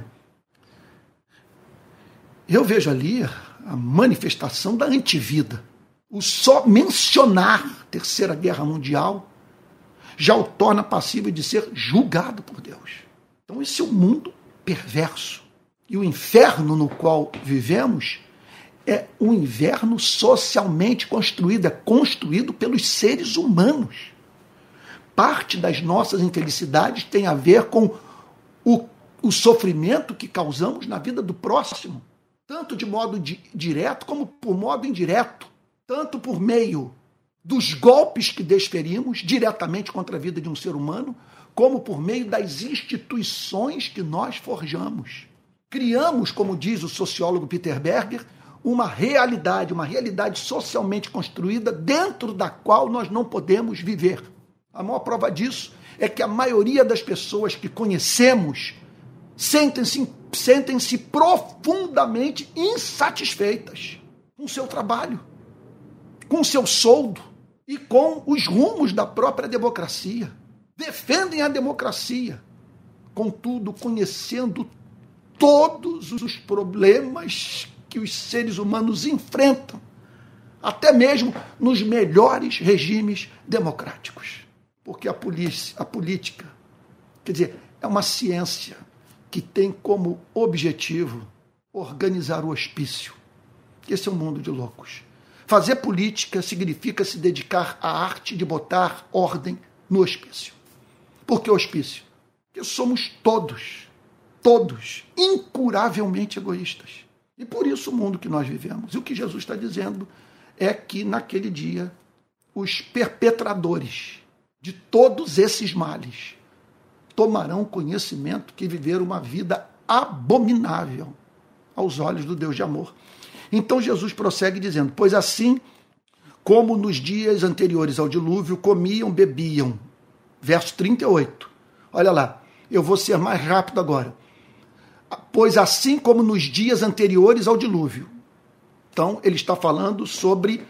eu vejo ali a manifestação da antivida. O só mencionar a Terceira Guerra Mundial já o torna passível de ser julgado por Deus. Então esse é um mundo perverso. E o inferno no qual vivemos é um inferno socialmente construído, é construído pelos seres humanos. Parte das nossas infelicidades tem a ver com o, o sofrimento que causamos na vida do próximo, tanto de modo di, direto como por modo indireto, tanto por meio dos golpes que desferimos diretamente contra a vida de um ser humano, como por meio das instituições que nós forjamos. Criamos, como diz o sociólogo Peter Berger, uma realidade, uma realidade socialmente construída dentro da qual nós não podemos viver. A maior prova disso é que a maioria das pessoas que conhecemos sentem-se, sentem-se profundamente insatisfeitas com o seu trabalho, com o seu soldo e com os rumos da própria democracia. Defendem a democracia, contudo, conhecendo todos os problemas que os seres humanos enfrentam, até mesmo nos melhores regimes democráticos. Porque a, polícia, a política, quer dizer, é uma ciência que tem como objetivo organizar o hospício. Esse é um mundo de loucos. Fazer política significa se dedicar à arte de botar ordem no hospício. Por que hospício? Porque somos todos, todos, incuravelmente egoístas. E por isso o mundo que nós vivemos. E o que Jesus está dizendo é que naquele dia os perpetradores de todos esses males tomarão conhecimento que viveram uma vida abominável aos olhos do Deus de amor. Então Jesus prossegue dizendo, pois assim como nos dias anteriores ao dilúvio, comiam, bebiam. Verso trinta e oito. Olha lá, eu vou ser mais rápido agora. Pois assim como nos dias anteriores ao dilúvio. Então, ele está falando sobre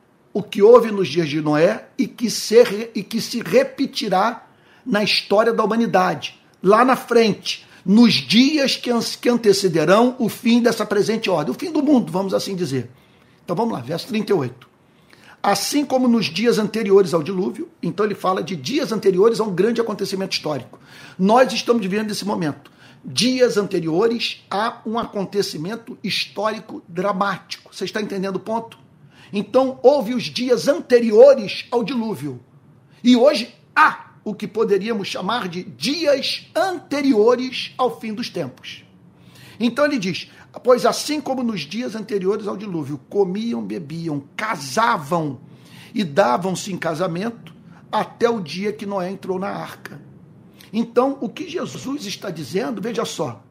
o que houve nos dias de Noé e que se, e que se repetirá na história da humanidade, lá na frente, nos dias que, que antecederão o fim dessa presente ordem, o fim do mundo, vamos assim dizer. Então vamos lá, verso trinta e oito. Assim como nos dias anteriores ao dilúvio, então ele fala de dias anteriores a um grande acontecimento histórico. Nós estamos vivendo esse momento. Dias anteriores a um acontecimento histórico dramático. Você está entendendo o ponto? Então, houve os dias anteriores ao dilúvio. E hoje há o que poderíamos chamar de dias anteriores ao fim dos tempos. Então ele diz, pois assim como nos dias anteriores ao dilúvio, comiam, bebiam, casavam e davam-se em casamento até o dia que Noé entrou na arca. Então, o que Jesus está dizendo, veja só,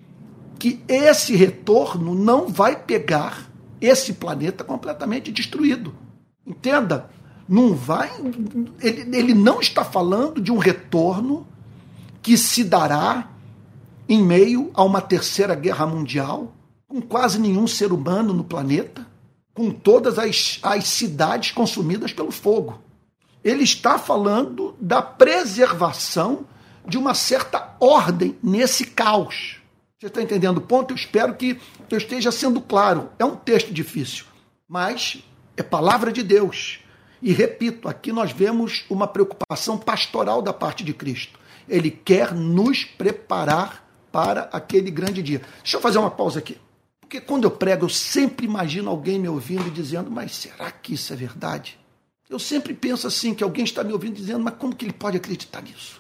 que esse retorno não vai pegar esse planeta completamente destruído. Entenda? Não vai, ele, ele não está falando de um retorno que se dará em meio a uma terceira guerra mundial, com quase nenhum ser humano no planeta, com todas as, as cidades consumidas pelo fogo. Ele está falando da preservação de uma certa ordem nesse caos. Você está entendendo o ponto? Eu espero que eu esteja sendo claro. É um texto difícil, mas é palavra de Deus. E repito, aqui nós vemos uma preocupação pastoral da parte de Cristo. Ele quer nos preparar para aquele grande dia. Deixa eu fazer uma pausa aqui. Porque quando eu prego, eu sempre imagino alguém me ouvindo e dizendo, mas será que isso é verdade? Eu sempre penso assim, que alguém está me ouvindo dizendo, mas como que ele pode acreditar nisso?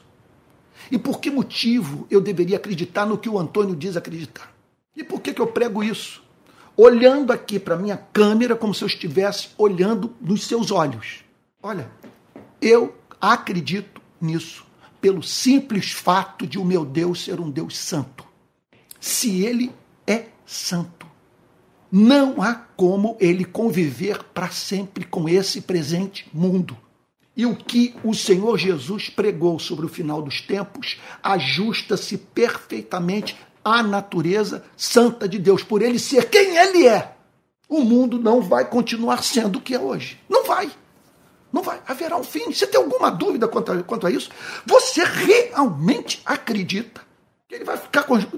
E por que motivo eu deveria acreditar no que o Antônio diz acreditar? E por que que eu prego isso? Olhando aqui para a minha câmera como se eu estivesse olhando nos seus olhos. Olha, eu acredito nisso pelo simples fato de o meu Deus ser um Deus santo. Se ele é santo, não há como ele conviver para sempre com esse presente mundo. E o que o Senhor Jesus pregou sobre o final dos tempos ajusta-se perfeitamente à natureza santa de Deus. Por ele ser quem ele é, o mundo não vai continuar sendo o que é hoje. Não vai. Não vai. Haverá um fim. Você tem alguma dúvida quanto a, quanto a isso? Você realmente acredita que ele vai ficar com...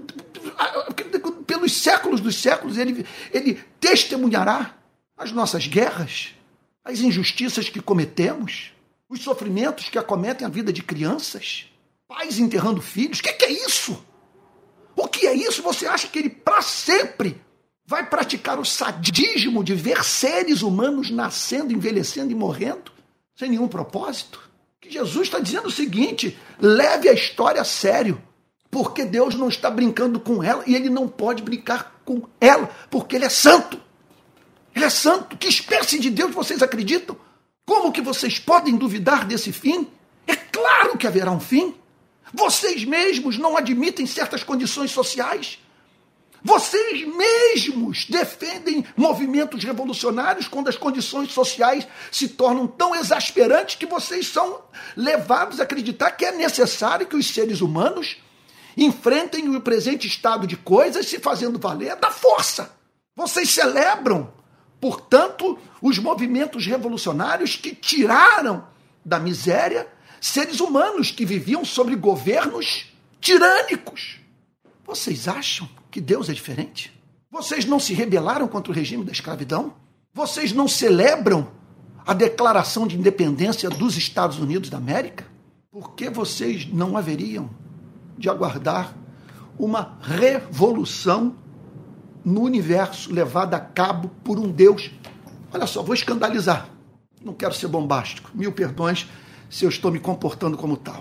Pelos séculos dos séculos, ele, ele testemunhará as nossas guerras, as injustiças que cometemos, os sofrimentos que acometem a vida de crianças, pais enterrando filhos? O que, que é isso? O que é isso? Você acha que ele, para sempre, vai praticar o sadismo de ver seres humanos nascendo, envelhecendo e morrendo, sem nenhum propósito? Que Jesus está dizendo o seguinte, leve a história a sério, porque Deus não está brincando com ela e ele não pode brincar com ela, porque ele é santo. Ele é santo. Que espécie de Deus vocês acreditam? Como que vocês podem duvidar desse fim? É claro que haverá um fim. Vocês mesmos não admitem certas condições sociais. Vocês mesmos defendem movimentos revolucionários quando as condições sociais se tornam tão exasperantes que vocês são levados a acreditar que é necessário que os seres humanos enfrentem o presente estado de coisas se fazendo valer da força. Vocês celebram, portanto, os movimentos revolucionários que tiraram da miséria seres humanos que viviam sob governos tirânicos. Vocês acham que Deus é diferente? Vocês não se rebelaram contra o regime da escravidão? Vocês não celebram a declaração de independência dos Estados Unidos da América? Por que vocês não haveriam de aguardar uma revolução no universo levada a cabo por um Deus? Olha só, vou escandalizar. Não quero ser bombástico. Mil perdões se eu estou me comportando como tal.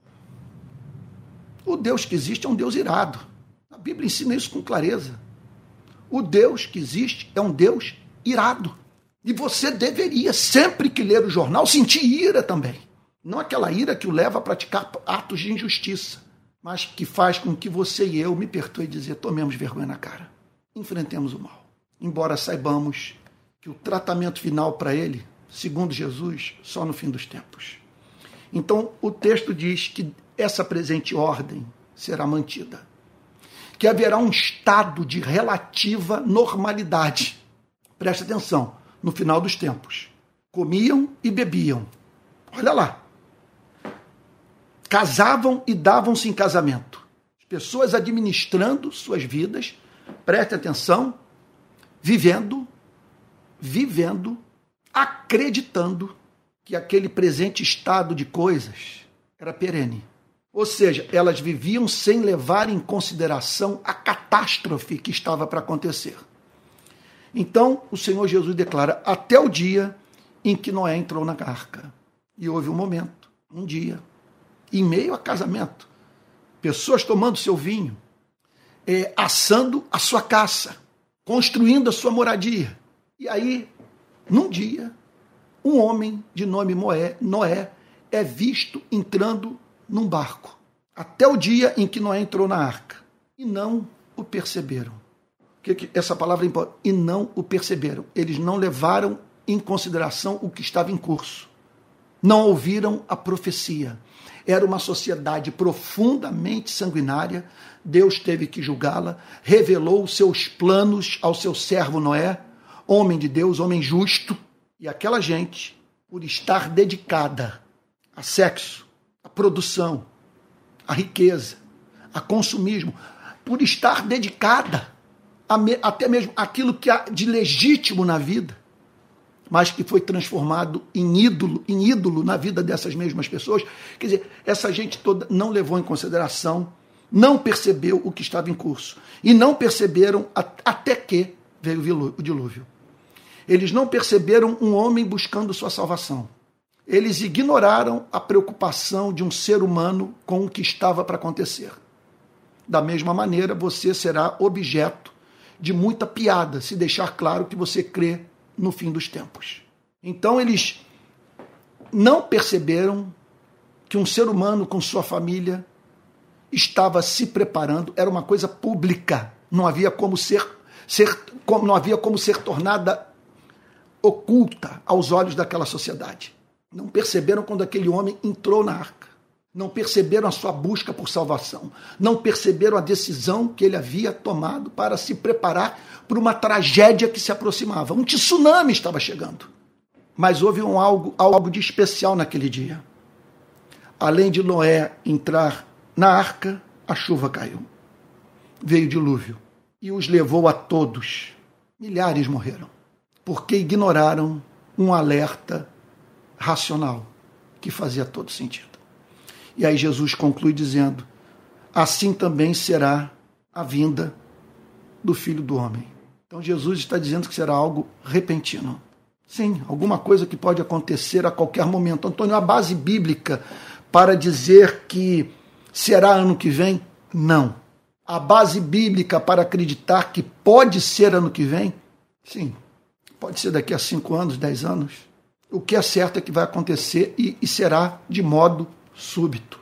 O Deus que existe é um Deus irado. A Bíblia ensina isso com clareza. O Deus que existe é um Deus irado. E você deveria, sempre que ler o jornal, sentir ira também. Não aquela ira que o leva a praticar atos de injustiça, mas que faz com que você e eu, me perdoe dizer, tomemos vergonha na cara. Enfrentemos o mal. Embora saibamos que o tratamento final para ele, segundo Jesus, só no fim dos tempos. Então, o texto diz que essa presente ordem será mantida. Que haverá um estado de relativa normalidade. Preste atenção, no final dos tempos. Comiam e bebiam. Olha lá. Casavam e davam-se em casamento. As pessoas administrando suas vidas, preste atenção, vivendo, vivendo, acreditando que aquele presente estado de coisas era perene. Ou seja, elas viviam sem levar em consideração a catástrofe que estava para acontecer. Então, o Senhor Jesus declara, até o dia em que Noé entrou na arca. E houve um momento, um dia, em meio a casamento, pessoas tomando seu vinho, é, assando a sua caça, construindo a sua moradia. E aí, num dia, um homem de nome Noé, Noé é visto entrando num barco, até o dia em que Noé entrou na arca, e não o perceberam. O que, que essa palavra importa? E não o perceberam. Eles não levaram em consideração o que estava em curso. Não ouviram a profecia. Era uma sociedade profundamente sanguinária. Deus teve que julgá-la, revelou os seus planos ao seu servo Noé, homem de Deus, homem justo, e aquela gente, por estar dedicada a sexo, a produção, a riqueza, a consumismo, por estar dedicada a me, até mesmo aquilo que há de legítimo na vida, mas que foi transformado em ídolo, em ídolo na vida dessas mesmas pessoas. Quer dizer, essa gente toda não levou em consideração, não percebeu o que estava em curso. E não perceberam até que veio o dilúvio. Eles não perceberam um homem buscando sua salvação. Eles ignoraram a preocupação de um ser humano com o que estava para acontecer. Da mesma maneira, você será objeto de muita piada, se deixar claro que você crê no fim dos tempos. Então, eles não perceberam que um ser humano com sua família estava se preparando, era uma coisa pública, não havia como ser, ser, como, não havia como ser tornada oculta aos olhos daquela sociedade. Não perceberam quando aquele homem entrou na arca. Não perceberam a sua busca por salvação. Não perceberam a decisão que ele havia tomado para se preparar para uma tragédia que se aproximava. Um tsunami estava chegando. Mas houve um algo, algo de especial naquele dia. Além de Noé entrar na arca, a chuva caiu. Veio o dilúvio e os levou a todos. Milhares morreram, porque ignoraram um alerta racional que fazia todo sentido. E aí Jesus conclui dizendo, assim também será a vinda do Filho do Homem. Então Jesus está dizendo que será algo repentino. Sim, alguma coisa que pode acontecer a qualquer momento. Antônio, a base bíblica para dizer que será ano que vem? Não. A base bíblica para acreditar que pode ser ano que vem? Sim. Pode ser daqui a cinco anos, dez anos. O que é certo é que vai acontecer e, e será de modo súbito.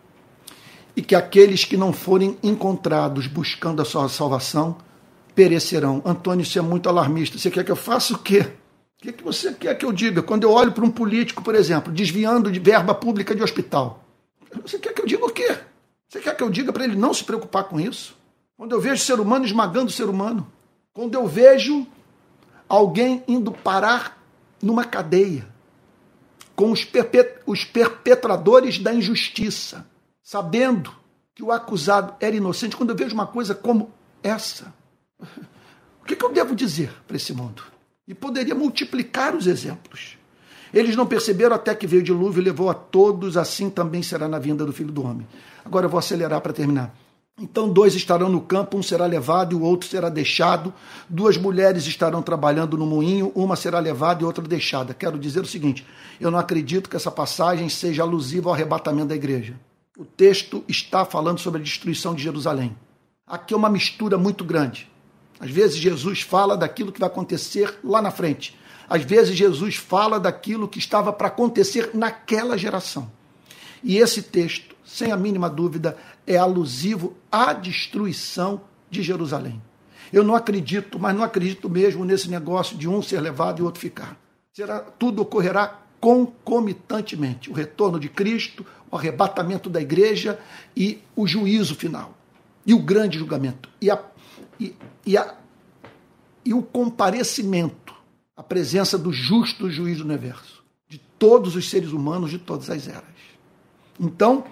E que aqueles que não forem encontrados buscando a sua salvação perecerão. Antônio, isso é muito alarmista. Você quer que eu faça o quê? O que, que você quer que eu diga? Quando eu olho para um político, por exemplo, desviando de verba pública de hospital, você quer que eu diga o quê? Você quer que eu diga para ele não se preocupar com isso? Quando eu vejo ser humano esmagando o ser humano, quando eu vejo alguém indo parar numa cadeia com os, perpet- os perpetradores da injustiça, sabendo que o acusado era inocente, quando eu vejo uma coisa como essa, o que, que eu devo dizer para esse mundo? E poderia multiplicar os exemplos. Eles não perceberam até que veio o dilúvio e levou a todos, assim também será na vinda do Filho do Homem. Agora eu vou acelerar para terminar. Então dois estarão no campo, um será levado e o outro será deixado. Duas mulheres estarão trabalhando no moinho, uma será levada e outra deixada. Quero dizer o seguinte, eu não acredito que essa passagem seja alusiva ao arrebatamento da igreja. O texto está falando sobre a destruição de Jerusalém. Aqui é uma mistura muito grande. Às vezes Jesus fala daquilo que vai acontecer lá na frente. Às vezes Jesus fala daquilo que estava para acontecer naquela geração. E esse texto, sem a mínima dúvida, é alusivo à destruição de Jerusalém. Eu não acredito, mas não acredito mesmo nesse negócio de um ser levado e outro ficar. Será, tudo ocorrerá concomitantemente. O retorno de Cristo, o arrebatamento da igreja e o juízo final. E o grande julgamento. E, a, e, e, a, e o comparecimento, a presença do justo juiz do universo, de todos os seres humanos de todas as eras. Então,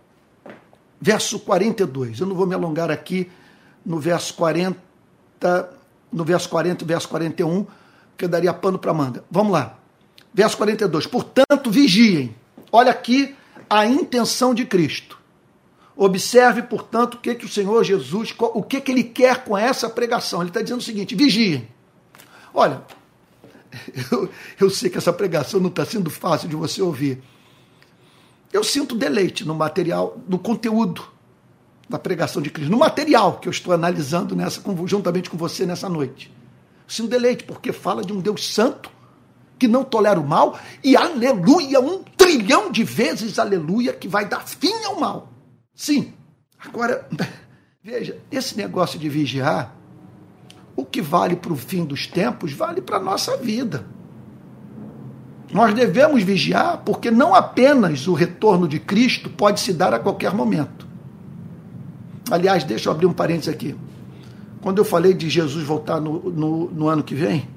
verso quarenta e dois, eu não vou me alongar aqui no verso quarenta, no verso quarenta e verso quarenta e um, porque eu daria pano para manga. Vamos lá. Verso quarenta e dois, portanto, vigiem. Olha aqui a intenção de Cristo. Observe, portanto, o que, que o Senhor Jesus, o que, que ele quer com essa pregação. Ele está dizendo o seguinte, vigiem. Olha, eu, eu sei que essa pregação não está sendo fácil de você ouvir. Eu sinto deleite no material, no conteúdo da pregação de Cristo, no material que eu estou analisando nessa, juntamente com você nessa noite. Eu sinto deleite porque fala de um Deus santo que não tolera o mal e aleluia, um trilhão de vezes aleluia, que vai dar fim ao mal. Sim. Agora, veja, esse negócio de vigiar, o que vale para o fim dos tempos, vale para a nossa vida. Nós devemos vigiar porque não apenas o retorno de Cristo pode se dar a qualquer momento. Aliás, deixa eu abrir um parênteses aqui. Quando eu falei de Jesus voltar no, no, no ano que vem,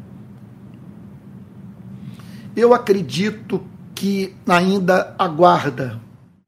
eu acredito que ainda aguarda.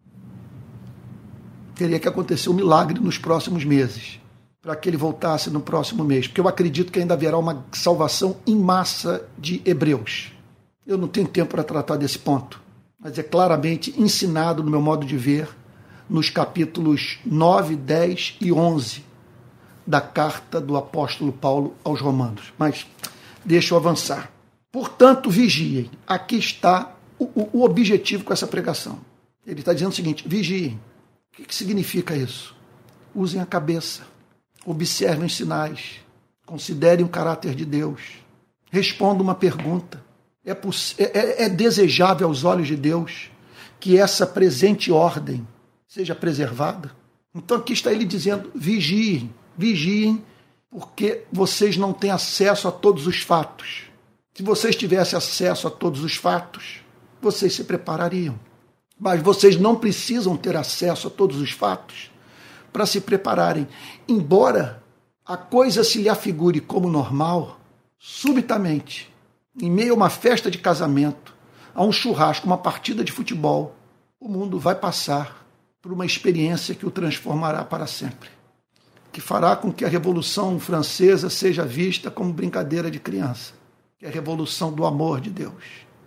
Teria que acontecer um milagre nos próximos meses, para que ele voltasse no próximo mês, porque eu acredito que ainda haverá uma salvação em massa de hebreus. Eu não tenho tempo para tratar desse ponto, mas é claramente ensinado no meu modo de ver nos capítulos nove, dez e onze da carta do apóstolo Paulo aos Romanos. Mas deixa eu avançar. Portanto, vigiem. Aqui está o, o, o objetivo com essa pregação. Ele está dizendo o seguinte, vigiem. O que, que significa isso? Usem a cabeça, observem os sinais, considerem o caráter de Deus, respondam uma pergunta. É, é, é desejável aos olhos de Deus que essa presente ordem seja preservada? Então aqui está ele dizendo, vigiem, vigiem, porque vocês não têm acesso a todos os fatos. Se vocês tivessem acesso a todos os fatos, vocês se preparariam. Mas vocês não precisam ter acesso a todos os fatos para se prepararem. Embora a coisa se lhe afigure como normal, subitamente, em meio a uma festa de casamento, a um churrasco, uma partida de futebol, o mundo vai passar por uma experiência que o transformará para sempre, que fará com que a Revolução Francesa seja vista como brincadeira de criança, que é a revolução do amor de Deus,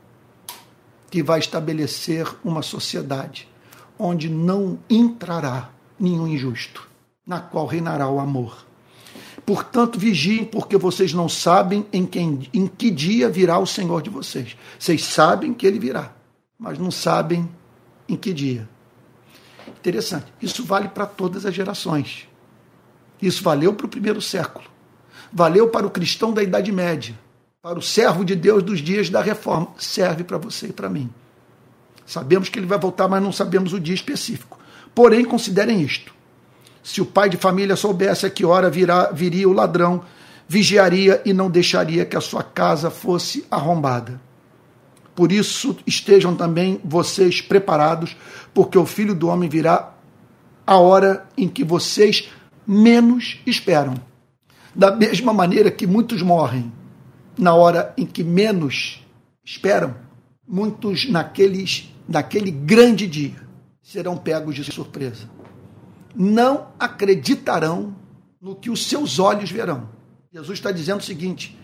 que vai estabelecer uma sociedade onde não entrará nenhum injusto, na qual reinará o amor. Portanto, vigiem, porque vocês não sabem em, quem, em que dia virá o Senhor de vocês. Vocês sabem que ele virá, mas não sabem em que dia. Interessante. Isso vale para todas as gerações. Isso valeu para o primeiro século. Valeu para o cristão da Idade Média. Para o servo de Deus dos dias da Reforma. Serve para você e para mim. Sabemos que ele vai voltar, mas não sabemos o dia específico. Porém, considerem isto. Se o pai de família soubesse a que hora virá, viria o ladrão, vigiaria e não deixaria que a sua casa fosse arrombada. Por isso estejam também vocês preparados, porque o Filho do Homem virá a hora em que vocês menos esperam. Da mesma maneira que muitos morrem na hora em que menos esperam, muitos naqueles, naquele grande dia serão pegos de surpresa. Não acreditarão no que os seus olhos verão. Jesus está dizendo o seguinte,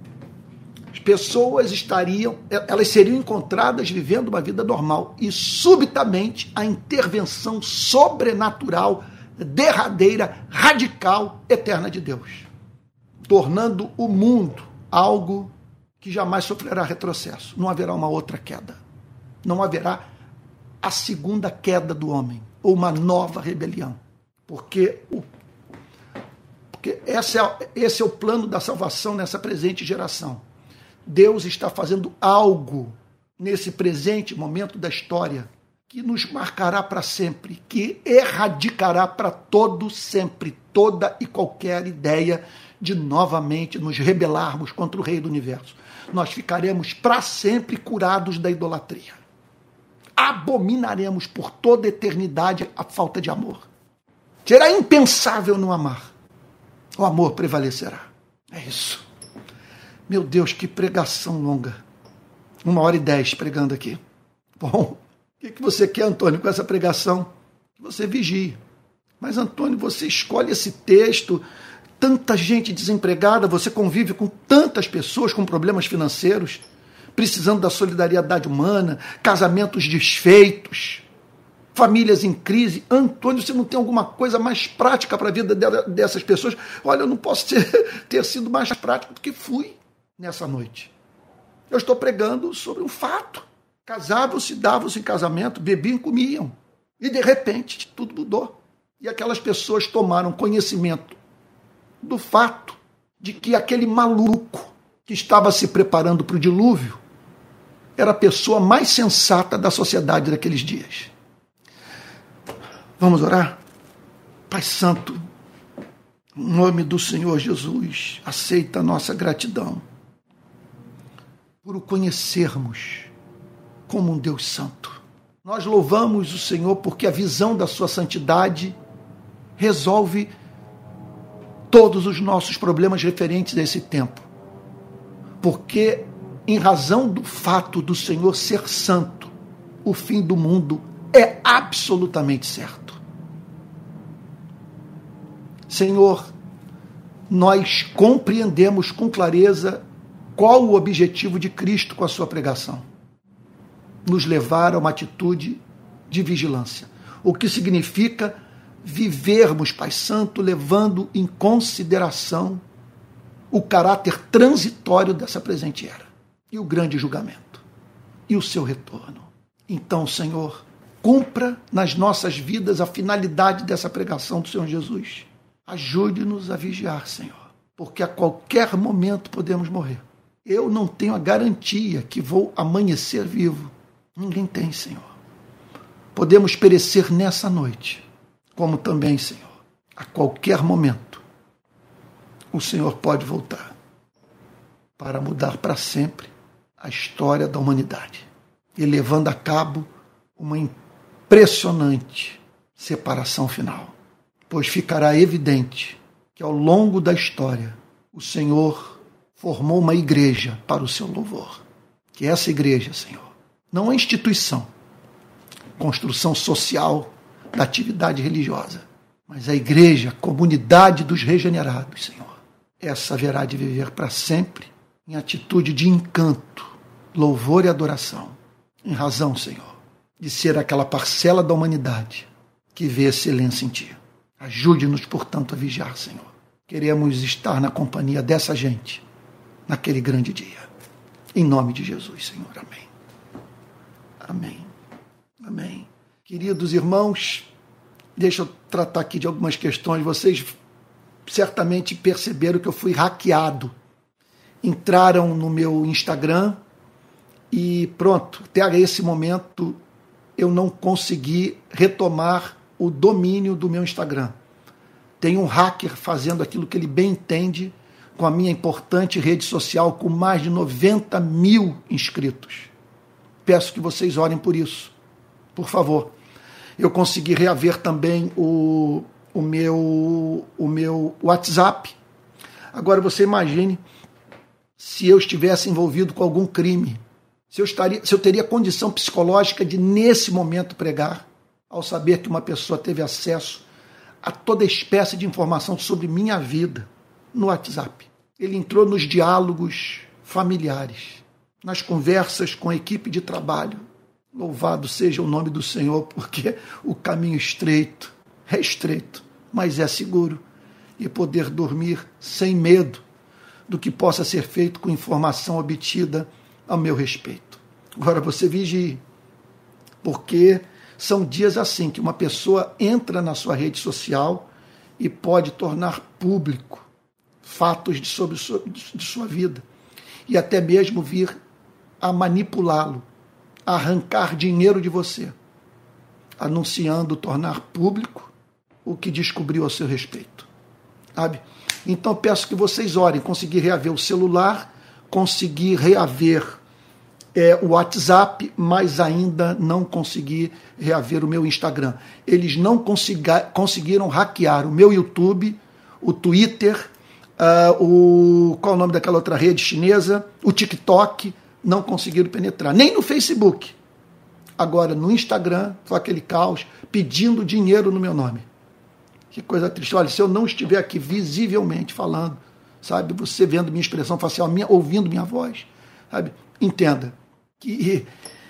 as pessoas estariam, elas seriam encontradas vivendo uma vida normal e subitamente a intervenção sobrenatural derradeira, radical, eterna de Deus, tornando o mundo algo que jamais sofrerá retrocesso. Não haverá uma outra queda. Não haverá a segunda queda do homem, ou uma nova rebelião. Porque, o, porque esse, é, esse é o plano da salvação nessa presente geração. Deus está fazendo algo nesse presente momento da história que nos marcará para sempre, que erradicará para todo sempre toda e qualquer ideia de novamente nos rebelarmos contra o Rei do Universo. Nós ficaremos para sempre curados da idolatria. Abominaremos por toda a eternidade a falta de amor. Será impensável não amar. O amor prevalecerá. É isso. Meu Deus, que pregação longa. Uma hora e dez pregando aqui. Bom, o que, que você quer, Antônio, com essa pregação? Que você vigie. Mas, Antônio, você escolhe esse texto, tanta gente desempregada, você convive com tantas pessoas com problemas financeiros, precisando da solidariedade humana, casamentos desfeitos, famílias em crise. Antônio, você não tem alguma coisa mais prática para a vida dessas pessoas? Olha, eu não posso ter, ter sido mais prático do que fui nessa noite. Eu estou pregando sobre um fato. Casavam-se, davam-se em casamento, bebiam e comiam. E, de repente, tudo mudou. E aquelas pessoas tomaram conhecimento do fato de que aquele maluco que estava se preparando para o dilúvio era a pessoa mais sensata da sociedade daqueles dias. Vamos orar? Pai Santo, em nome do Senhor Jesus, aceita a nossa gratidão por o conhecermos como um Deus santo. Nós louvamos o Senhor porque a visão da sua santidade resolve todos os nossos problemas referentes a esse tempo. Porque, em razão do fato do Senhor ser santo, o fim do mundo é absolutamente certo. Senhor, nós compreendemos com clareza qual o objetivo de Cristo com a sua pregação. Nos levar a uma atitude de vigilância. O que significa vivermos, Pai Santo, levando em consideração o caráter transitório dessa presente era e o grande julgamento e o seu retorno. Então, Senhor, cumpra nas nossas vidas a finalidade dessa pregação do Senhor Jesus. Ajude-nos a vigiar, Senhor, porque a qualquer momento podemos morrer. Eu não tenho a garantia que vou amanhecer vivo. Ninguém tem, Senhor. Podemos perecer nessa noite, como também, Senhor, a qualquer momento, o Senhor pode voltar para mudar para sempre a história da humanidade e levando a cabo uma impressionante separação final. Pois ficará evidente que ao longo da história o Senhor formou uma igreja para o seu louvor. Que essa igreja, Senhor, não é instituição, construção social da atividade religiosa, mas a igreja, a comunidade dos regenerados, Senhor. Essa haverá de viver para sempre em atitude de encanto, louvor e adoração, em razão, Senhor, de ser aquela parcela da humanidade que vê excelência em Ti. Ajude-nos, portanto, a vigiar, Senhor. Queremos estar na companhia dessa gente naquele grande dia. Em nome de Jesus, Senhor. Amém. Amém. Amém. Queridos irmãos, deixa eu tratar aqui de algumas questões. Vocês certamente perceberam que eu fui hackeado. Entraram no meu Instagram e pronto, até esse momento eu não consegui retomar o domínio do meu Instagram. Tem um hacker fazendo aquilo que ele bem entende com a minha importante rede social com mais de noventa mil inscritos. Peço que vocês orem por isso. Por favor. Eu consegui reaver também o, o, meu, o meu WhatsApp. Agora você imagine se eu estivesse envolvido com algum crime. Se eu, estaria, se eu teria condição psicológica de, nesse momento, pregar, ao saber que uma pessoa teve acesso a toda espécie de informação sobre minha vida no WhatsApp. Ele entrou nos diálogos familiares, nas conversas com a equipe de trabalho. Louvado seja o nome do Senhor, porque o caminho estreito é estreito mas é seguro, e poder dormir sem medo do que possa ser feito com informação obtida ao meu respeito. Agora você vigie, porque são dias assim que uma pessoa entra na sua rede social e pode tornar público fatos de, sobre sua, de sua vida e até mesmo vir a manipulá-lo, a arrancar dinheiro de você, anunciando tornar público o que descobriu a seu respeito. Sabe? Então peço que vocês orem, conseguir reaver o celular, conseguir reaver é, o WhatsApp, mas ainda não consegui reaver o meu Instagram. Eles não consiga, conseguiram hackear o meu YouTube, o Twitter, uh, o, qual é o nome daquela outra rede chinesa? O TikTok, não conseguiram penetrar. Nem no Facebook. Agora, no Instagram, foi aquele caos, pedindo dinheiro no meu nome. Que coisa triste. Olha, se eu não estiver aqui visivelmente falando, sabe, você vendo minha expressão facial, minha, ouvindo minha voz, sabe, entenda que,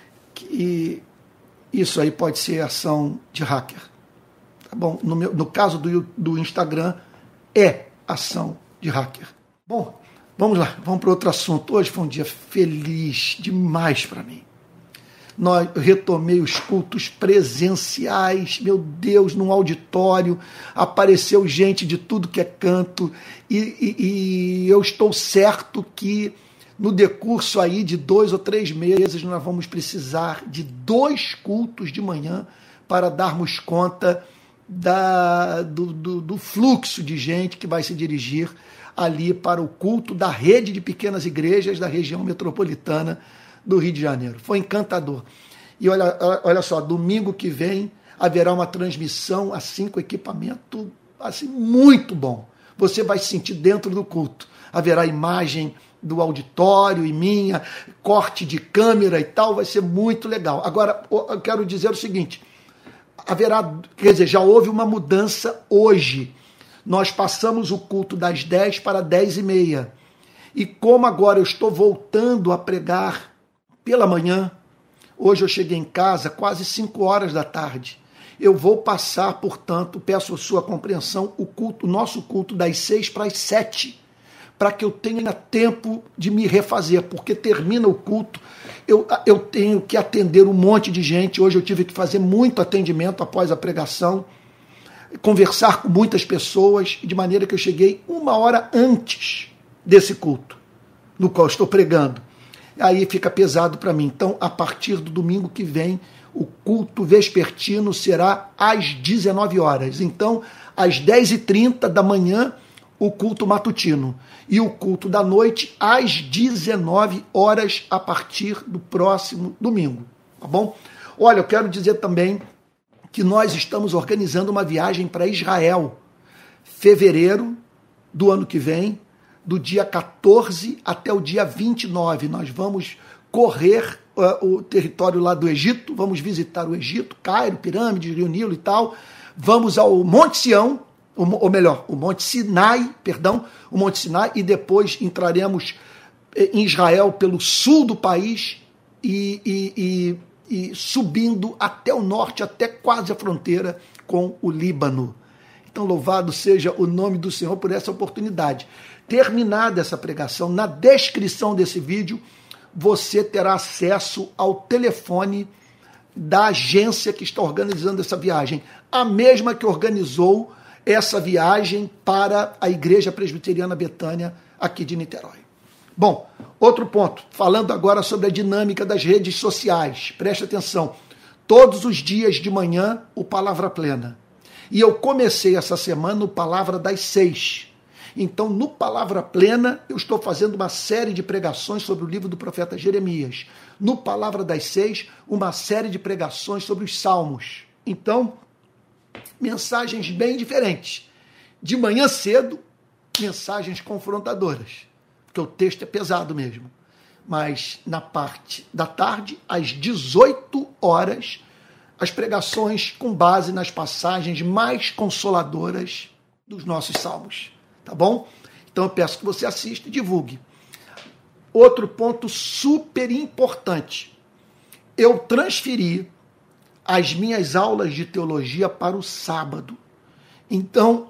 que isso aí pode ser ação de hacker. Tá bom? No, meu, no caso do, do Instagram, é ação de hacker. Bom, vamos lá, vamos para outro assunto. Hoje foi um dia feliz demais para mim. Nós, eu retomei os cultos presenciais, meu Deus, num auditório, apareceu gente de tudo que é canto, e, e, e eu estou certo que no decurso aí de dois ou três meses nós vamos precisar de dois cultos de manhã para darmos conta da, do, do, do fluxo de gente que vai se dirigir ali para o culto da rede de pequenas igrejas da região metropolitana do Rio de Janeiro. Foi encantador. E olha, olha só, domingo que vem haverá uma transmissão assim com equipamento assim, muito bom. Você vai se sentir dentro do culto. Haverá imagem do auditório e minha, corte de câmera e tal, vai ser muito legal. Agora, eu quero dizer o seguinte, haverá, quer dizer, já houve uma mudança hoje. Nós passamos o culto das dez para dez e meia. E como agora eu estou voltando a pregar pela manhã, hoje eu cheguei em casa quase cinco horas da tarde. Eu vou passar, portanto, peço a sua compreensão, o culto, o nosso culto das seis para as sete, para que eu tenha tempo de me refazer, porque termina o culto, eu, eu tenho que atender um monte de gente. Hoje eu tive que fazer muito atendimento após a pregação, conversar com muitas pessoas, de maneira que eu cheguei uma hora antes desse culto, no qual estou pregando. Aí fica pesado para mim. Então, a partir do domingo que vem, o culto vespertino será às dezenove horas. Então, às dez e trinta da manhã, o culto matutino. E o culto da noite, às dezenove horas, a partir do próximo domingo. Tá bom? Olha, eu quero dizer também que nós estamos organizando uma viagem para Israel. Fevereiro do ano que vem, do dia quatorze até o dia vinte e nove, nós vamos correr uh, o território lá do Egito, vamos visitar o Egito, Cairo, Pirâmide, Rio Nilo e tal, vamos ao Monte Sião, ou melhor, o Monte Sinai, perdão, o Monte Sinai, e depois entraremos em Israel pelo sul do país e, e, e, e subindo até o norte, até quase a fronteira com o Líbano. Então, louvado seja o nome do Senhor por essa oportunidade. Terminada essa pregação, na descrição desse vídeo, você terá acesso ao telefone da agência que está organizando essa viagem, a mesma que organizou essa viagem para a Igreja Presbiteriana Betânia, aqui de Niterói. Bom, outro ponto, falando agora sobre a dinâmica das redes sociais, preste atenção, todos os dias de manhã, o Palavra Plena. E eu comecei essa semana o Palavra das Seis. Então, no Palavra Plena, eu estou fazendo uma série de pregações sobre o livro do profeta Jeremias. No Palavra das Seis, uma série de pregações sobre os Salmos. Então, mensagens bem diferentes. De manhã cedo, mensagens confrontadoras, porque o texto é pesado mesmo. Mas na parte da tarde, às dezoito horas, as pregações com base nas passagens mais consoladoras dos nossos salmos. Tá bom? Então eu peço que você assista e divulgue. Outro ponto super importante. Eu transferi as minhas aulas de teologia para o sábado. Então,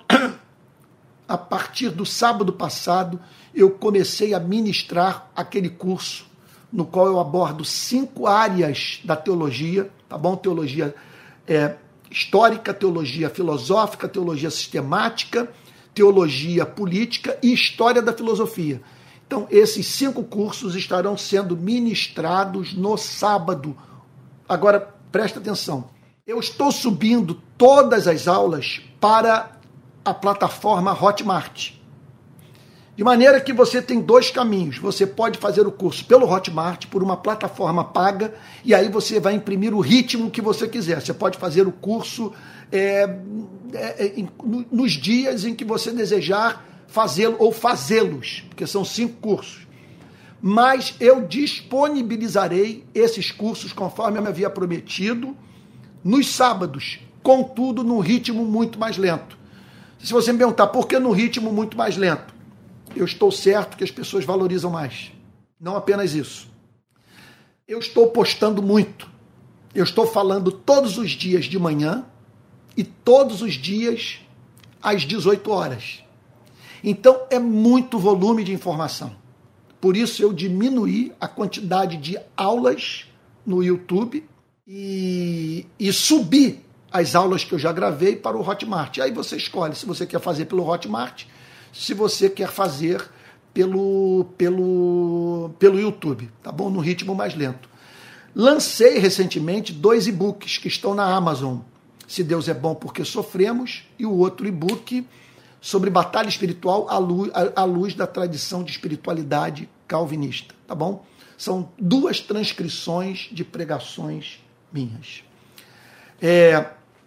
a partir do sábado passado, eu comecei a ministrar aquele curso no qual eu abordo cinco áreas da teologia, tá bom? Teologia é, histórica, teologia filosófica, teologia sistemática, teologia política e história da filosofia. Então, esses cinco cursos estarão sendo ministrados no sábado. Agora, presta atenção. Eu estou subindo todas as aulas para a plataforma Hotmart. De maneira que você tem dois caminhos. Você pode fazer o curso pelo Hotmart, por uma plataforma paga, e aí você vai imprimir o ritmo que você quiser. Você pode fazer o curso é, é, é, nos dias em que você desejar fazê-lo ou fazê-los, porque são cinco cursos. Mas eu disponibilizarei esses cursos, conforme eu me havia prometido, nos sábados, contudo, num ritmo muito mais lento. Se você me perguntar por que num ritmo muito mais lento, eu estou certo que as pessoas valorizam mais. Não apenas isso. Eu estou postando muito. Eu estou falando todos os dias de manhã e todos os dias às dezoito horas. Então, é muito volume de informação. Por isso, eu diminuí a quantidade de aulas no YouTube e, e subi as aulas que eu já gravei para o Hotmart. Aí você escolhe se você quer fazer pelo Hotmart, se você quer fazer pelo, pelo, pelo YouTube, tá bom? No ritmo mais lento. Lancei recentemente dois e-books que estão na Amazon. Se Deus é bom porque sofremos, e o outro e-book sobre batalha espiritual à luz, à luz da tradição de espiritualidade calvinista, tá bom? São duas transcrições de pregações minhas. É,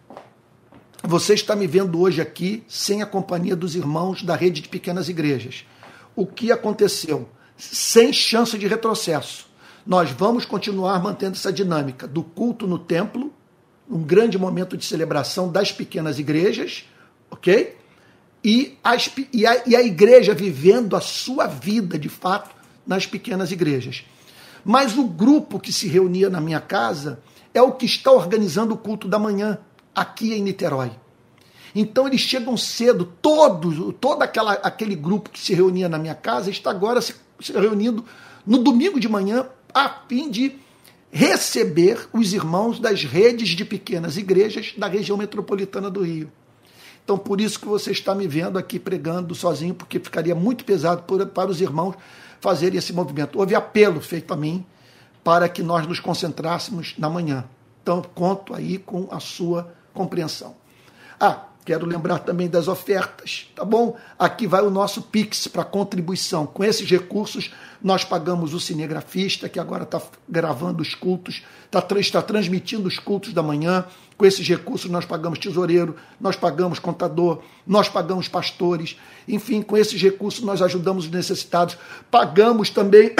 você está me vendo hoje aqui sem a companhia dos irmãos da rede de pequenas igrejas. O que aconteceu? Sem chance de retrocesso. Nós vamos continuar mantendo essa dinâmica do culto no templo, um grande momento de celebração das pequenas igrejas, ok? E, as, e, a, e a igreja vivendo a sua vida, de fato, nas pequenas igrejas. Mas o grupo que se reunia na minha casa é o que está organizando o culto da manhã, aqui em Niterói. Então eles chegam cedo, todos, todo aquela, aquele grupo que se reunia na minha casa está agora se, se reunindo no domingo de manhã a fim de receber os irmãos das redes de pequenas igrejas da região metropolitana do Rio. Então, por isso que você está me vendo aqui pregando sozinho, porque ficaria muito pesado por, para os irmãos fazerem esse movimento. Houve apelo feito a mim para que nós nos concentrássemos na manhã. Então, conto aí com a sua compreensão. Ah, quero lembrar também das ofertas, tá bom? Aqui vai o nosso Pix para contribuição. Com esses recursos, nós pagamos o cinegrafista, que agora está gravando os cultos, está, está transmitindo os cultos da manhã. Com esses recursos, nós pagamos tesoureiro, nós pagamos contador, nós pagamos pastores. Enfim, com esses recursos, nós ajudamos os necessitados. Pagamos também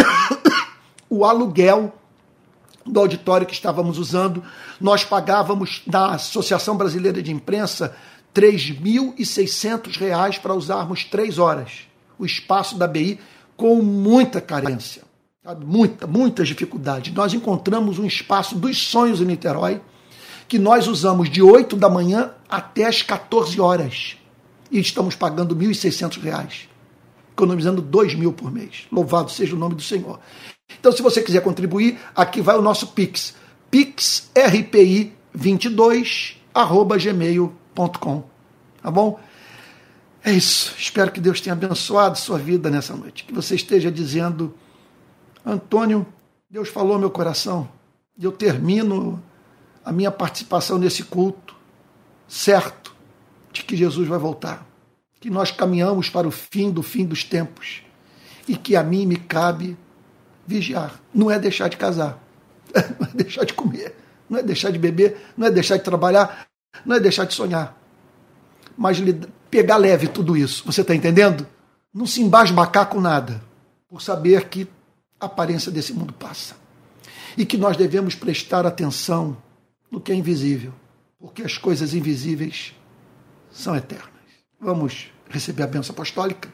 o aluguel do auditório que estávamos usando. Nós pagávamos na Associação Brasileira de Imprensa três mil e seiscentos reais para usarmos três horas o espaço da B I com muita carência, sabe? muita, muitas dificuldades. Nós encontramos um espaço dos sonhos em Niterói que nós usamos de oito da manhã até as quatorze horas e estamos pagando mil e seiscentos reais, economizando dois mil por mês. Louvado seja o nome do Senhor. Então, se você quiser contribuir, aqui vai o nosso Pix, pix r p i vinte e dois arroba gmail ponto com, tá bom? É isso. Espero que Deus tenha abençoado sua vida nessa noite. Que você esteja dizendo: Antônio, Deus falou ao meu coração, e eu termino a minha participação nesse culto certo de que Jesus vai voltar, que nós caminhamos para o fim do fim dos tempos e que a mim me cabe vigiar. Não é deixar de casar, não é deixar de comer, não é deixar de beber, não é deixar de trabalhar, não é deixar de sonhar, mas pegar leve tudo isso. Você está entendendo? Não se embasbacar com nada, por saber que a aparência desse mundo passa e que nós devemos prestar atenção no que é invisível, porque as coisas invisíveis são eternas. Vamos receber a bênção apostólica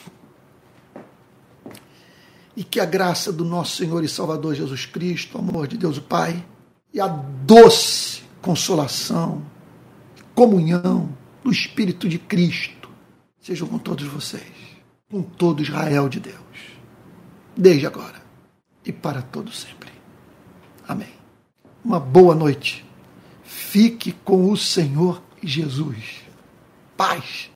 e que a graça do nosso Senhor e Salvador Jesus Cristo, o amor de Deus o Pai e a doce consolação, comunhão do Espírito de Cristo sejam com todos vocês, com todo Israel de Deus, desde agora e para todo sempre. Amém. Uma boa noite. Fique com o Senhor Jesus. Paz.